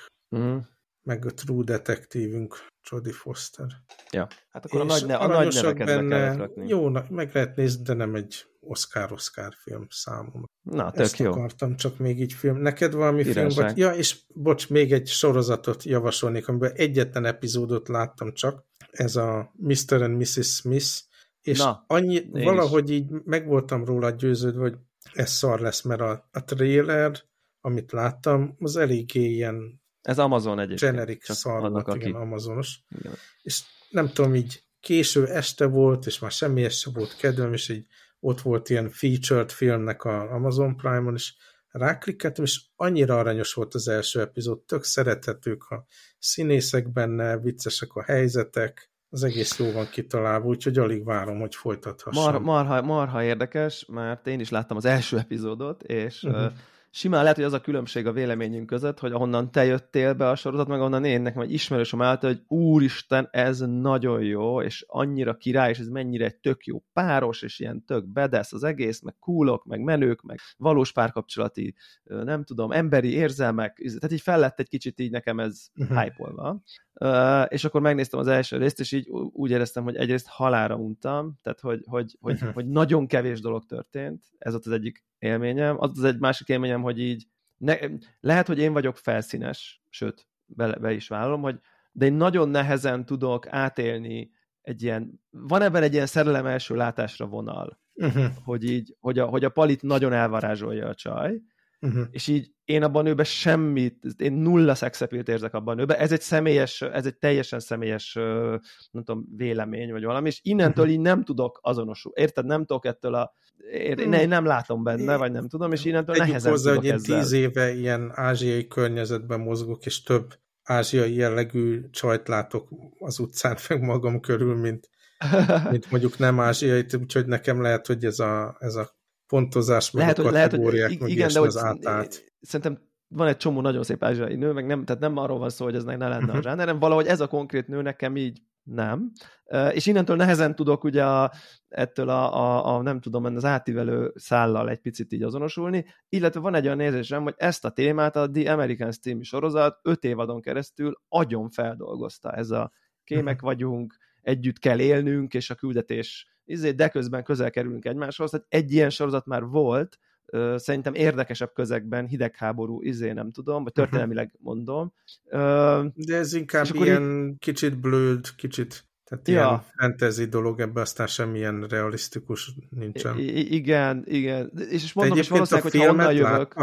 meg a True Detective-ünk, Jodie Foster. Ja, hát akkor a nagy neveket be kellett rakni. Jó, meg lehet nézni, de nem egy Oscar film számomra. Na, tök ezt jó. Akartam csak még így film. Neked valami film vagy? Ja, és bocs, még egy sorozatot javasolnék, amiben egyetlen epizódot láttam csak. Ez a Mr. and Mrs. Smith, és valahogy így meg voltam róla győződve, hogy ez szar lesz, mert a trailer, amit láttam, az eléggé ilyen ez Amazon egyébként. Generic szar volt, igen, Amazonos. Igen. És nem tudom, így késő este volt, és már semmi este volt kedvem, és így ott volt ilyen featured filmnek a Amazon Prime-on, és ráklikkeltem, és annyira aranyos volt az első epizód, tök szerethetők a színészek benne, viccesek a helyzetek, az egész jó van kitalálva, úgyhogy alig várom, hogy folytathassam. Marha érdekes, mert én is láttam az első epizódot, és simán lehet, hogy az a különbség a véleményünk között, hogy ahonnan te jöttél be a sorozat, meg onnan én, nekem egy ismerősöm állta, hogy úristen, ez nagyon jó, és annyira király, és ez mennyire egy tök jó páros, és ilyen tök bedesz az egész, meg coolok, meg menők, meg valós párkapcsolati, nem tudom, emberi érzelmek, tehát így fel lett egy kicsit így nekem ez hype-olva. És akkor megnéztem az első részt, és így úgy éreztem, hogy egyrészt halálra untam, tehát hogy nagyon kevés dolog történt, ez volt az egyik élményem. Az egy másik élményem, hogy így lehet, hogy én vagyok felszínes, sőt, be is vállalom, de én nagyon nehezen tudok átélni egy ilyen, van ebben egy ilyen szerelem első látásra vonal, hogy a Palit nagyon elvarázsolja a csaj, és így én abban a nőben én nulla szexepélt érzek abban a nőben. Ez egy teljesen személyes, nem tudom, vélemény, vagy valami, és innentől így nem tudok azonosulni. Érted? Nem tudok ettől én nem látom benne, vagy nem tudom, és innentől nehezen hozzá, tudok hogy ezzel. 10 éve ilyen ázsiai környezetben mozgok, és több ázsiai jellegű csajt látok az utcán meg magam körül, mint mondjuk nem ázsiai, úgyhogy nekem lehet, hogy ez a pontozás, meg a kategóriák, meg igen, de az átállt. Szerintem van egy csomó nagyon szép ázsiai nő, meg tehát nem arról van szó, hogy ez ne lenne a zsáner, hanem valahogy ez a konkrét nő nekem így Nem. És innentől nehezen tudok ugye ettől a nem tudom, az átívelő szállal egy picit így azonosulni, illetve van egy olyan érzésem, hogy ezt a témát a The Americans című sorozat 5 évadon keresztül agyon feldolgozta. Ez a kémek vagyunk, együtt kell élnünk, és a küldetés de közben közel kerülünk egymáshoz. Tehát egy ilyen sorozat már volt, szerintem érdekesebb közegben, hidegháború, nem tudom, vagy történelmileg mondom. De ez inkább ilyen kicsit blőd, kicsit, tehát ilyen fantasy dolog, ebben aztán semmilyen realisztikus nincsen. Igen. És mondom, és valószínűleg, hogyha onnan jövök...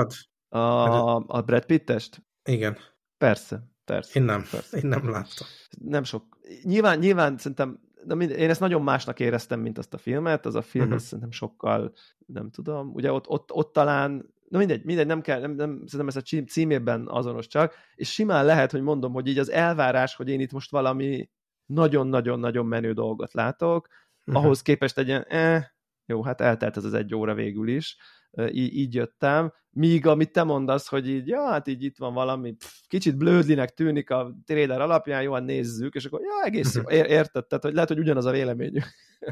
A Brad Pitt-est? Igen. Persze. Én nem láttam. Nem sok. Nyilván szerintem én ezt nagyon másnak éreztem, mint azt a filmet, az a film szerintem sokkal, nem tudom, ugye ott talán, mindegy, nem kell, nem szerintem ez a címében azonos csak, és simán lehet, hogy mondom, hogy így az elvárás, hogy én itt most valami nagyon-nagyon-nagyon menő dolgot látok, ahhoz képest egy ilyen, jó, hát eltelt ez az 1 óra végül is, így jöttem, míg amit te mondasz, hogy így, hát így itt van valami, kicsit blödlinek tűnik a trailer alapján, jó, nézzük, és akkor, egész jó, érted, tehát hogy lehet, hogy ugyanaz a véleményük.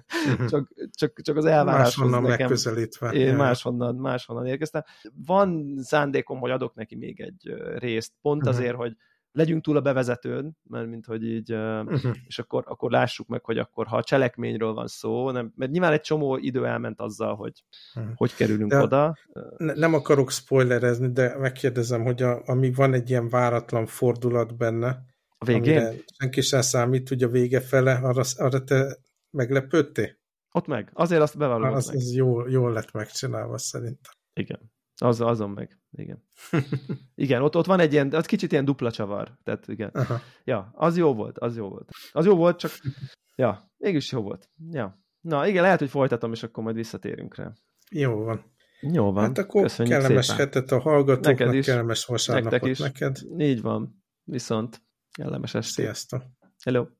csak az elváráshoz nekem... megközelítve. Én máshonnan érkeztem. Van szándékom, hogy adok neki még egy részt, pont azért, hogy legyünk túl a bevezetőn, mert mint hogy így, és akkor lássuk meg, hogy akkor, ha a cselekményről van szó, mert nyilván egy csomó idő elment azzal, hogy kerülünk oda. Nem akarok spoilerezni, de megkérdezem, hogy amíg van egy ilyen váratlan fordulat benne, a végén? Senki sem számít, hogy a vége fele, arra te meglepődtél? Ott meg. Azért azt bevallom. Az jól lett megcsinálva szerintem. Igen. Azon meg, igen. Igen, ott van egy ilyen, az kicsit ilyen dupla csavar, tehát igen. Aha. Ja, az jó volt. Az jó volt, csak mégis jó volt. Ja. Na, igen, lehet, hogy folytatom, és akkor majd visszatérünk rá. Jó van. Hát akkor köszönjük kellemes szépen. Hetet a hallgatóknak, neked is. kellemes vasárnapot neked. Így van. Viszont kellemes estét. Sziasztok. Hello.